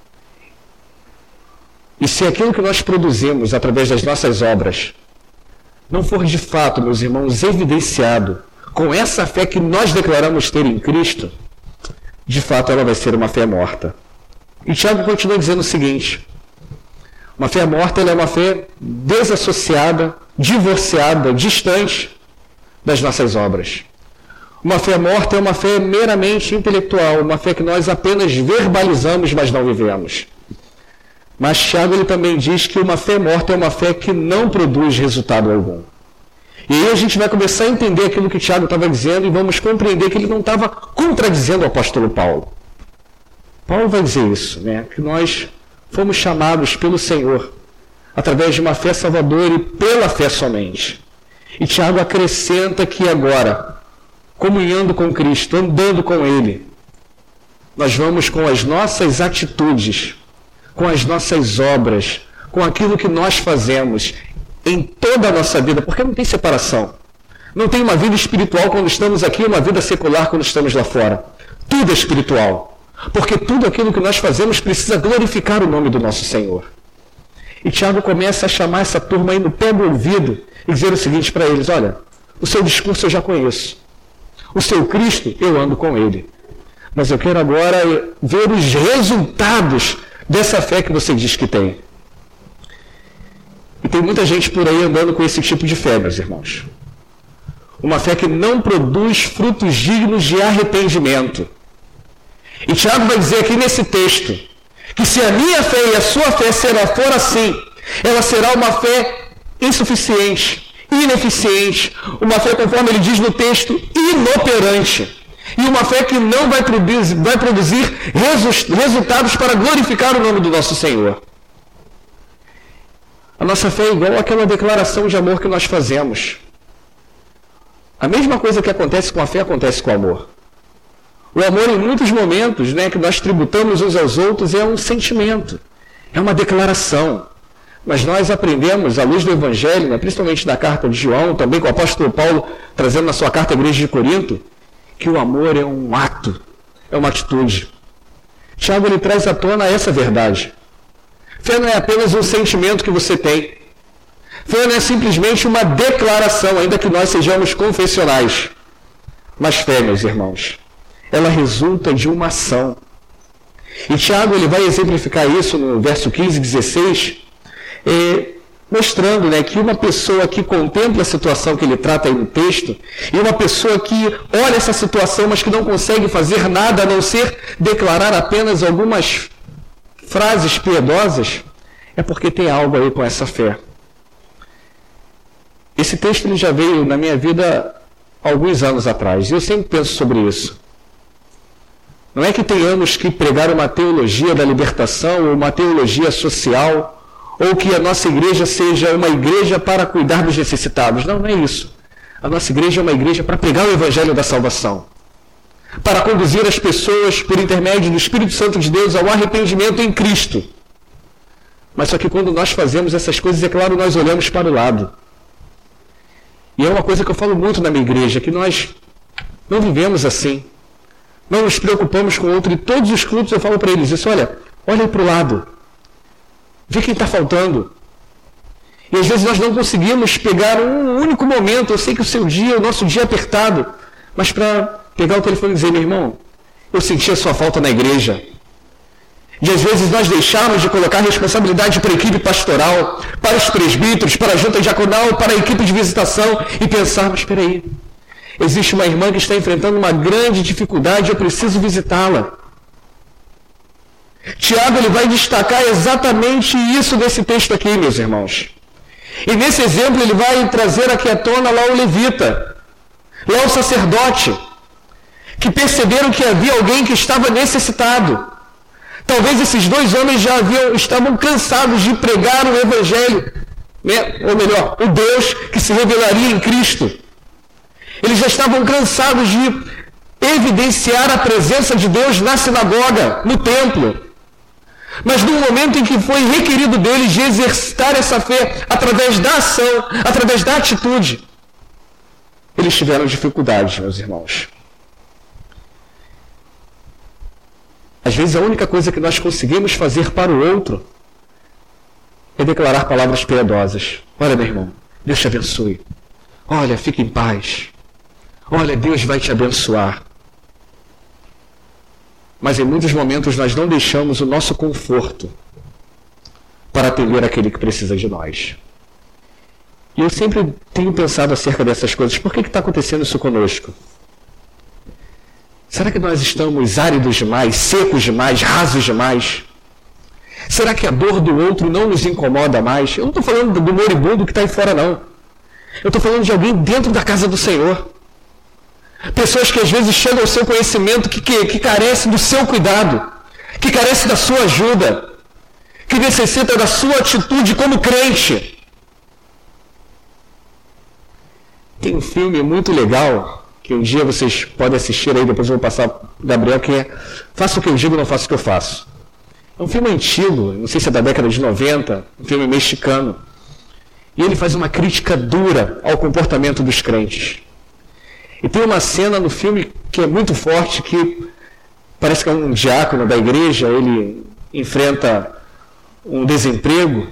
Speaker 3: E se aquilo que nós produzimos através das nossas obras não for de fato, meus irmãos, evidenciado com essa fé que nós declaramos ter em Cristo, de fato ela vai ser uma fé morta. E Tiago continua dizendo o seguinte: uma fé morta, ela é uma fé desassociada, divorciada, distante das nossas obras. Uma fé morta é uma fé meramente intelectual, uma fé que nós apenas verbalizamos, mas não vivemos. Mas Tiago ele também diz que uma fé morta é uma fé que não produz resultado algum. E aí a gente vai começar a entender aquilo que Tiago estava dizendo e vamos compreender que ele não estava contradizendo o apóstolo Paulo. Paulo vai dizer isso, né? Que nós fomos chamados pelo Senhor através de uma fé salvadora e pela fé somente. E Tiago acrescenta que agora, comunhando com Cristo, andando com Ele, nós vamos com as nossas atitudes, com as nossas obras, com aquilo que nós fazemos em toda a nossa vida, porque não tem separação. Não tem uma vida espiritual quando estamos aqui e uma vida secular quando estamos lá fora. Tudo é espiritual, porque tudo aquilo que nós fazemos precisa glorificar o nome do nosso Senhor. E Tiago começa a chamar essa turma aí no pé do ouvido e dizer o seguinte para eles: olha, o seu discurso eu já conheço, o seu Cristo eu ando com Ele, mas eu quero agora ver os resultados dessa fé que você diz que tem. E tem muita gente por aí andando com esse tipo de fé, meus irmãos. Uma fé que não produz frutos dignos de arrependimento. E Tiago vai dizer aqui nesse texto que se a minha fé e a sua fé será, for assim, ela será uma fé insuficiente, ineficiente, uma fé, conforme ele diz no texto, inoperante. E uma fé que não vai produzir, vai produzir resultados para glorificar o nome do nosso Senhor. A nossa fé é igual àquela declaração de amor que nós fazemos. A mesma coisa que acontece com a fé acontece com o amor. O amor, em muitos momentos, né, que nós tributamos uns aos outros, é um sentimento, é uma declaração. Mas nós aprendemos, à luz do Evangelho, né, principalmente da carta de João, também com o apóstolo Paulo, trazendo na sua carta à igreja de Corinto, que o amor é um ato, é uma atitude. Tiago ele traz à tona essa verdade. Fé não é apenas um sentimento que você tem. Fé não é simplesmente uma declaração, ainda que nós sejamos confessionais. Mas fé, meus irmãos, ela resulta de uma ação. E Tiago ele vai exemplificar isso no verso quinze e dezesseis, eh, mostrando, né, que uma pessoa que contempla a situação que ele trata aí no texto, e uma pessoa que olha essa situação, mas que não consegue fazer nada a não ser declarar apenas algumas frases piedosas, é porque tem algo aí com essa fé. Esse texto ele já veio na minha vida há alguns anos atrás, e eu sempre penso sobre isso. Não é que tenhamos que pregar uma teologia da libertação, ou uma teologia social, ou que a nossa igreja seja uma igreja para cuidar dos necessitados. Não, não é isso. A nossa igreja é uma igreja para pregar o evangelho da salvação, para conduzir as pessoas, por intermédio do Espírito Santo de Deus, ao arrependimento em Cristo. Mas só que quando nós fazemos essas coisas, é claro, nós olhamos para o lado. E é uma coisa que eu falo muito na minha igreja, que nós não vivemos assim. Não nos preocupamos com o outro. E todos os cultos eu falo para eles isso, olha, olha para o lado. Vê quem está faltando. E às vezes nós não conseguimos pegar um único momento. Eu sei que o seu dia, o nosso dia é apertado. Mas para pegar o telefone e dizer, meu irmão, eu senti a sua falta na igreja. E às vezes nós deixamos de colocar responsabilidade para a equipe pastoral, para os presbíteros, para a junta diaconal, para a equipe de visitação e pensar, mas espera aí, existe uma irmã que está enfrentando uma grande dificuldade, eu preciso visitá-la. Tiago ele vai destacar exatamente isso nesse texto aqui, meus irmãos. E nesse exemplo ele vai trazer aqui à tona lá o levita, lá o sacerdote, que perceberam que havia alguém que estava necessitado. Talvez esses dois homens já haviam, estavam cansados de pregar o Evangelho, né? Ou melhor, o Deus que se revelaria em Cristo. Eles já estavam cansados de evidenciar a presença de Deus na sinagoga, no templo. Mas no momento em que foi requerido deles de exercitar essa fé através da ação, através da atitude, eles tiveram dificuldades, meus irmãos. Às vezes a única coisa que nós conseguimos fazer para o outro é declarar palavras piedosas. Olha, meu irmão, Deus te abençoe. Olha, fique em paz. Olha, Deus vai te abençoar. Mas em muitos momentos nós não deixamos o nosso conforto para atender aquele que precisa de nós. E eu sempre tenho pensado acerca dessas coisas. Por que está acontecendo isso conosco? Será que nós estamos áridos demais, secos demais, rasos demais? Será que a dor do outro não nos incomoda mais? Eu não estou falando do moribundo que está aí fora, não. Eu estou falando de alguém dentro da casa do Senhor. Pessoas que às vezes chegam ao seu conhecimento, que, que, que carece do seu cuidado, que carece da sua ajuda, que necessita da sua atitude como crente. Tem um filme muito legal, que um dia vocês podem assistir aí, depois eu vou passar para o Gabriel, que é Faça o que eu digo, não faça o que eu faço. É um filme antigo, não sei se é da década de noventa, um filme mexicano. E ele faz uma crítica dura ao comportamento dos crentes. E tem uma cena no filme que é muito forte, que parece que é um diácono da igreja, ele enfrenta um desemprego,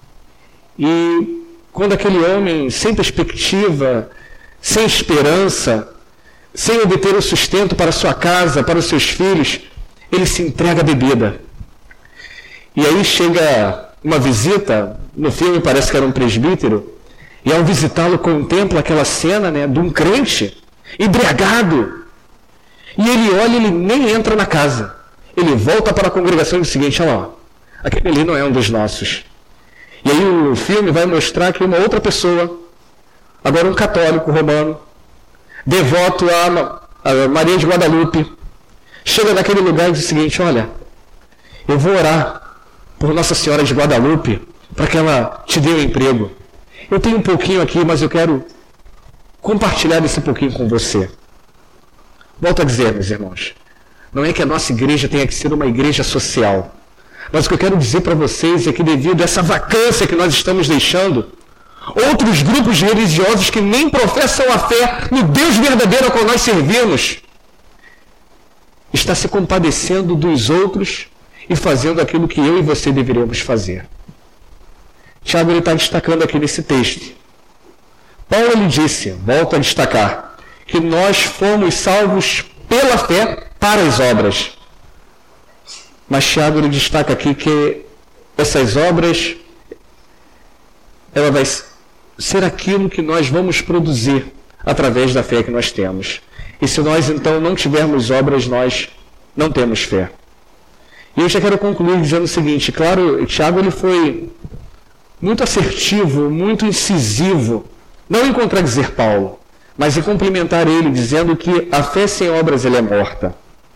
Speaker 3: e quando aquele homem, sem perspectiva, sem esperança, sem obter o sustento para sua casa, para os seus filhos, ele se entrega à bebida. E aí chega uma visita, no filme parece que era um presbítero, e ao visitá-lo contempla aquela cena, né, de um crente embriagado. E ele olha, ele nem entra na casa. Ele volta para a congregação e diz o seguinte, olha lá, aquele ali não é um dos nossos. E aí o filme vai mostrar que uma outra pessoa, agora um católico romano, devoto a, a Maria de Guadalupe, chega naquele lugar e diz o seguinte, olha, eu vou orar por Nossa Senhora de Guadalupe para que ela te dê um emprego. Eu tenho um pouquinho aqui, mas eu quero compartilhar esse pouquinho com você. Volto a dizer, meus irmãos, não é que a nossa igreja tenha que ser uma igreja social, mas o que eu quero dizer para vocês é que devido a essa vacância que nós estamos deixando, outros grupos religiosos que nem professam a fé no Deus verdadeiro ao qual nós servimos, está se compadecendo dos outros e fazendo aquilo que eu e você deveríamos fazer. Tiago está destacando aqui nesse texto. Paulo lhe disse, volto a destacar, que nós fomos salvos pela fé para as obras. Mas Tiago ele destaca aqui que essas obras, ela vai ser aquilo que nós vamos produzir através da fé que nós temos. E se nós então não tivermos obras, nós não temos fé. E eu já quero concluir dizendo o seguinte, claro, Tiago ele foi muito assertivo, muito incisivo, não em contradizer Paulo, mas em complementar ele, dizendo que a fé sem obras ela é morta.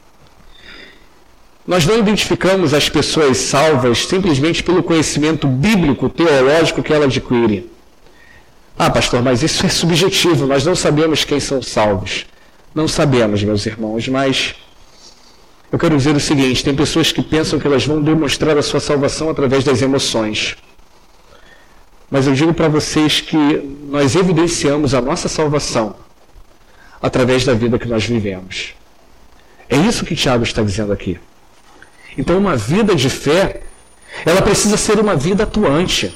Speaker 3: Nós não identificamos as pessoas salvas simplesmente pelo conhecimento bíblico, teológico que ela adquire. Ah, pastor, mas isso é subjetivo, nós não sabemos quem são salvos. Não sabemos, meus irmãos, mas eu quero dizer o seguinte, tem pessoas que pensam que elas vão demonstrar a sua salvação através das emoções. Mas eu digo para vocês que nós evidenciamos a nossa salvação através da vida que nós vivemos. É isso que Tiago está dizendo aqui. Então, uma vida de fé, ela precisa ser uma vida atuante.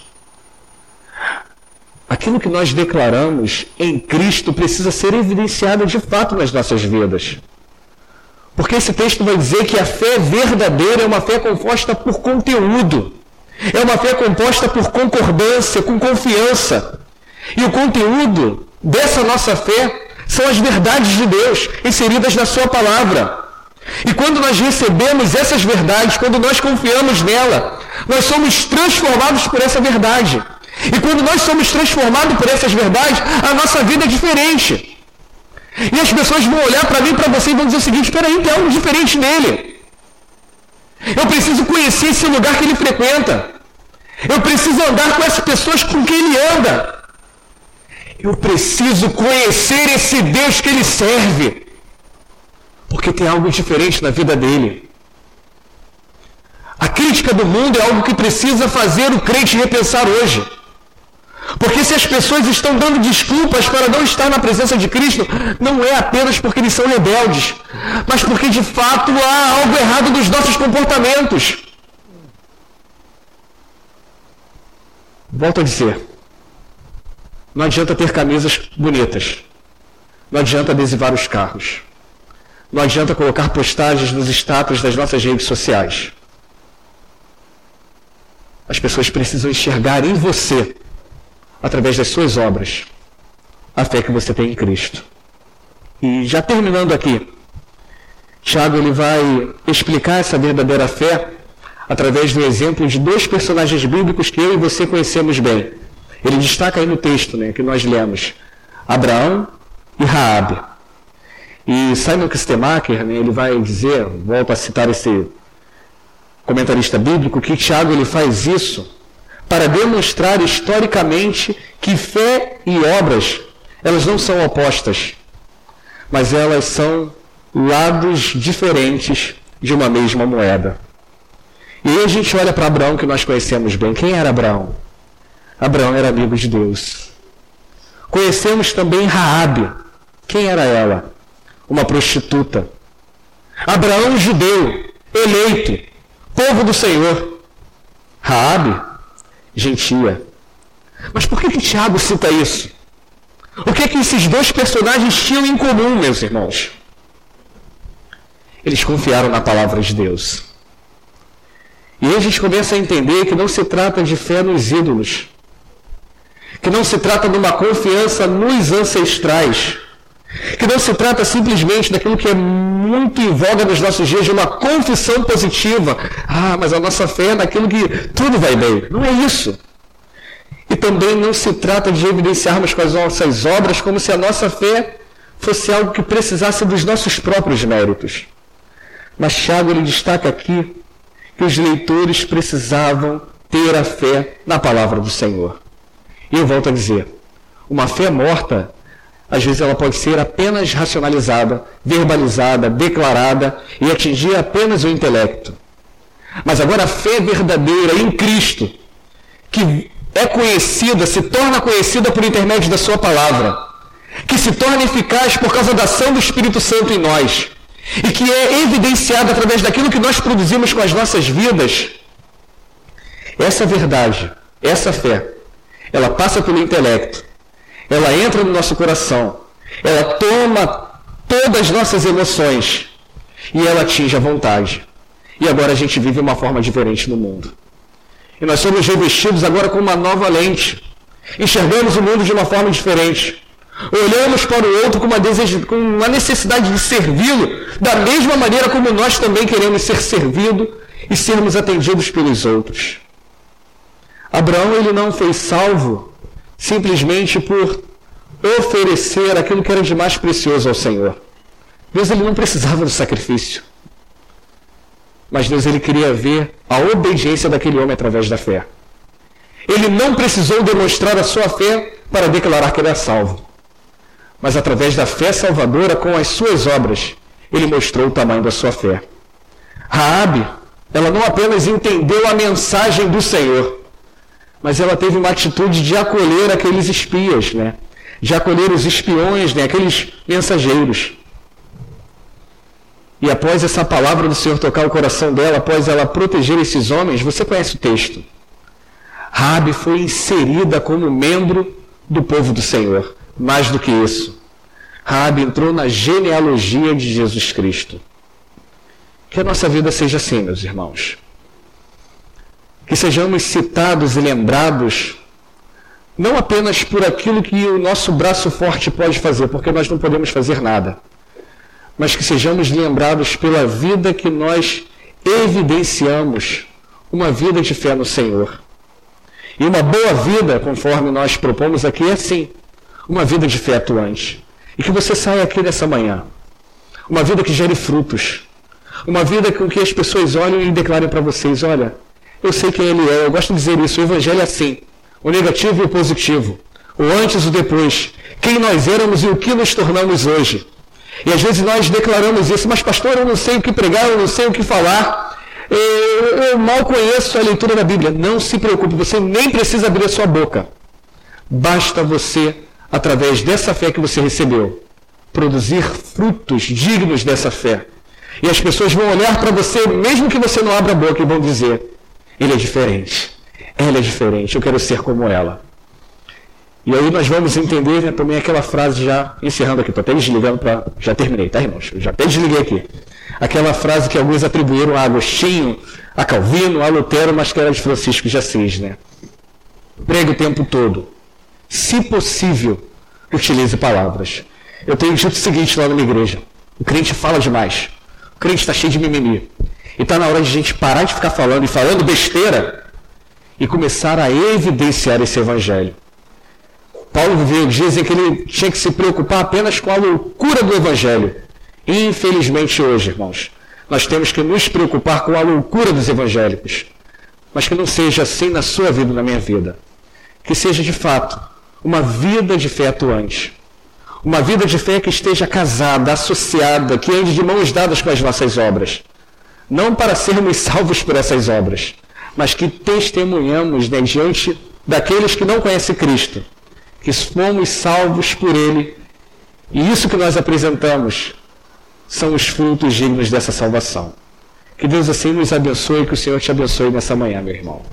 Speaker 3: Aquilo que nós declaramos em Cristo precisa ser evidenciado de fato nas nossas vidas. Porque esse texto vai dizer que a fé verdadeira é uma fé composta por conteúdo. É uma fé composta por concordância, com confiança. E o conteúdo dessa nossa fé são as verdades de Deus inseridas na sua palavra. E quando nós recebemos essas verdades, quando nós confiamos nela, nós somos transformados por essa verdade. E quando nós somos transformados por essas verdades, a nossa vida é diferente. E as pessoas vão olhar para mim e para você e vão dizer o seguinte: espera aí, tem algo diferente nele. Eu preciso conhecer esse lugar que ele frequenta. Eu preciso andar com essas pessoas com quem ele anda. Eu preciso conhecer esse Deus que ele serve. Porque tem algo diferente na vida dele. A crítica do mundo é algo que precisa fazer o crente repensar hoje. Porque se as pessoas estão dando desculpas para não estar na presença de Cristo, não é apenas porque eles são rebeldes, mas porque de fato há algo errado nos nossos comportamentos. Volto a dizer, não adianta ter camisas bonitas, não adianta adesivar os carros, não adianta colocar postagens nos status das nossas redes sociais. As pessoas precisam enxergar em você, através das suas obras, a fé que você tem em Cristo. E já terminando aqui, Tiago ele vai explicar essa verdadeira fé através do exemplo de dois personagens bíblicos que eu e você conhecemos bem. Ele destaca aí no texto, né, que nós lemos, Abraão e Raabe. E Simon Kistemaker, né, ele vai dizer, volto a citar esse comentarista bíblico, que Tiago ele faz isso para demonstrar historicamente que fé e obras, elas não são opostas, mas elas são lados diferentes de uma mesma moeda. E aí a gente olha para Abraão, que nós conhecemos bem. Quem era Abraão? Abraão era amigo de Deus. Conhecemos também Raabe. Quem era ela? Uma prostituta. Abraão, judeu, eleito, povo do Senhor. Raabe, gentia. Mas por que que Tiago cita isso? O que é que esses dois personagens tinham em comum, meus irmãos? Eles confiaram na palavra de Deus. E aí a gente começa a entender que não se trata de fé nos ídolos, que não se trata de uma confiança nos ancestrais, que não se trata simplesmente daquilo que é muito em voga nos nossos dias, de uma confissão positiva. Ah, mas a nossa fé é naquilo que tudo vai bem. Não é isso. E também não se trata de evidenciarmos com as nossas obras como se a nossa fé fosse algo que precisasse dos nossos próprios méritos. Mas Tiago ele destaca aqui que os leitores precisavam ter a fé na palavra do Senhor. E eu volto a dizer, uma fé morta, às vezes ela pode ser apenas racionalizada, verbalizada, declarada e atingir apenas o intelecto. Mas agora a fé verdadeira em Cristo, que é conhecida, se torna conhecida por intermédio da sua palavra, que se torna eficaz por causa da ação do Espírito Santo em nós, e que é evidenciada através daquilo que nós produzimos com as nossas vidas, essa verdade, essa fé, ela passa pelo intelecto, ela entra no nosso coração, ela toma todas as nossas emoções e ela atinge a vontade. E agora a gente vive uma forma diferente no mundo. E nós somos revestidos agora com uma nova lente. Enxergamos o mundo de uma forma diferente. Olhamos para o outro com uma, desejo, com uma necessidade de servi-lo da mesma maneira como nós também queremos ser servidos e sermos atendidos pelos outros. Abraão ele não foi salvo simplesmente por oferecer aquilo que era de mais precioso ao Senhor. Deus ele não precisava do sacrifício. Mas Deus ele queria ver a obediência daquele homem através da fé. Ele não precisou demonstrar a sua fé para declarar que ele é salvo. Mas através da fé salvadora, com as suas obras, ele mostrou o tamanho da sua fé. Raabe, ela não apenas entendeu a mensagem do Senhor, mas ela teve uma atitude de acolher aqueles espias, né? De acolher os espiões, né? Aqueles mensageiros. E após essa palavra do Senhor tocar o coração dela, após ela proteger esses homens, você conhece o texto. Raabe foi inserida como membro do povo do Senhor. Mais do que isso, Raabe entrou na genealogia de Jesus Cristo. Que a nossa vida seja assim, meus irmãos. Que sejamos citados e lembrados não apenas por aquilo que o nosso braço forte pode fazer, porque nós não podemos fazer nada, mas que sejamos lembrados pela vida que nós evidenciamos, uma vida de fé no Senhor. E uma boa vida, conforme nós propomos aqui, é assim, uma vida de fé atuante. E que você saia aqui nessa manhã, uma vida que gere frutos, uma vida com que as pessoas olhem e declarem para vocês, olha, eu sei quem ele é, eu gosto de dizer isso, o Evangelho é assim, o negativo e o positivo, o antes e o depois, quem nós éramos e o que nos tornamos hoje. E às vezes nós declaramos isso, mas pastor, eu não sei o que pregar, eu não sei o que falar, eu, eu mal conheço a leitura da Bíblia. Não se preocupe, você nem precisa abrir a sua boca. Basta você, através dessa fé que você recebeu, produzir frutos dignos dessa fé. E as pessoas vão olhar para você, mesmo que você não abra a boca, e vão dizer, ele é diferente, ela é diferente, eu quero ser como ela. E aí nós vamos entender, né, também aquela frase, já encerrando aqui, estou até desligando para... Já terminei, tá, irmãos? Eu já até desliguei aqui. Aquela frase que alguns atribuíram a Agostinho, a Calvino, a Lutero, mas que era de Francisco de Assis, né? Pregue o tempo todo. Se possível, utilize palavras. Eu tenho dito o seguinte lá na minha igreja. O crente fala demais. O crente está cheio de mimimi. E está na hora de a gente parar de ficar falando e falando besteira e começar a evidenciar esse evangelho. Paulo viveu dias em que ele tinha que se preocupar apenas com a loucura do evangelho. Infelizmente hoje, irmãos, nós temos que nos preocupar com a loucura dos evangélicos. Mas que não seja assim na sua vida e na minha vida. Que seja de fato uma vida de fé atuante. Uma vida de fé que esteja casada, associada, que ande de mãos dadas com as nossas obras. Não para sermos salvos por essas obras, mas que testemunhamos, né, diante daqueles que não conhecem Cristo, que fomos salvos por Ele. E isso que nós apresentamos são os frutos dignos dessa salvação. Que Deus assim nos abençoe e que o Senhor te abençoe nessa manhã, meu irmão.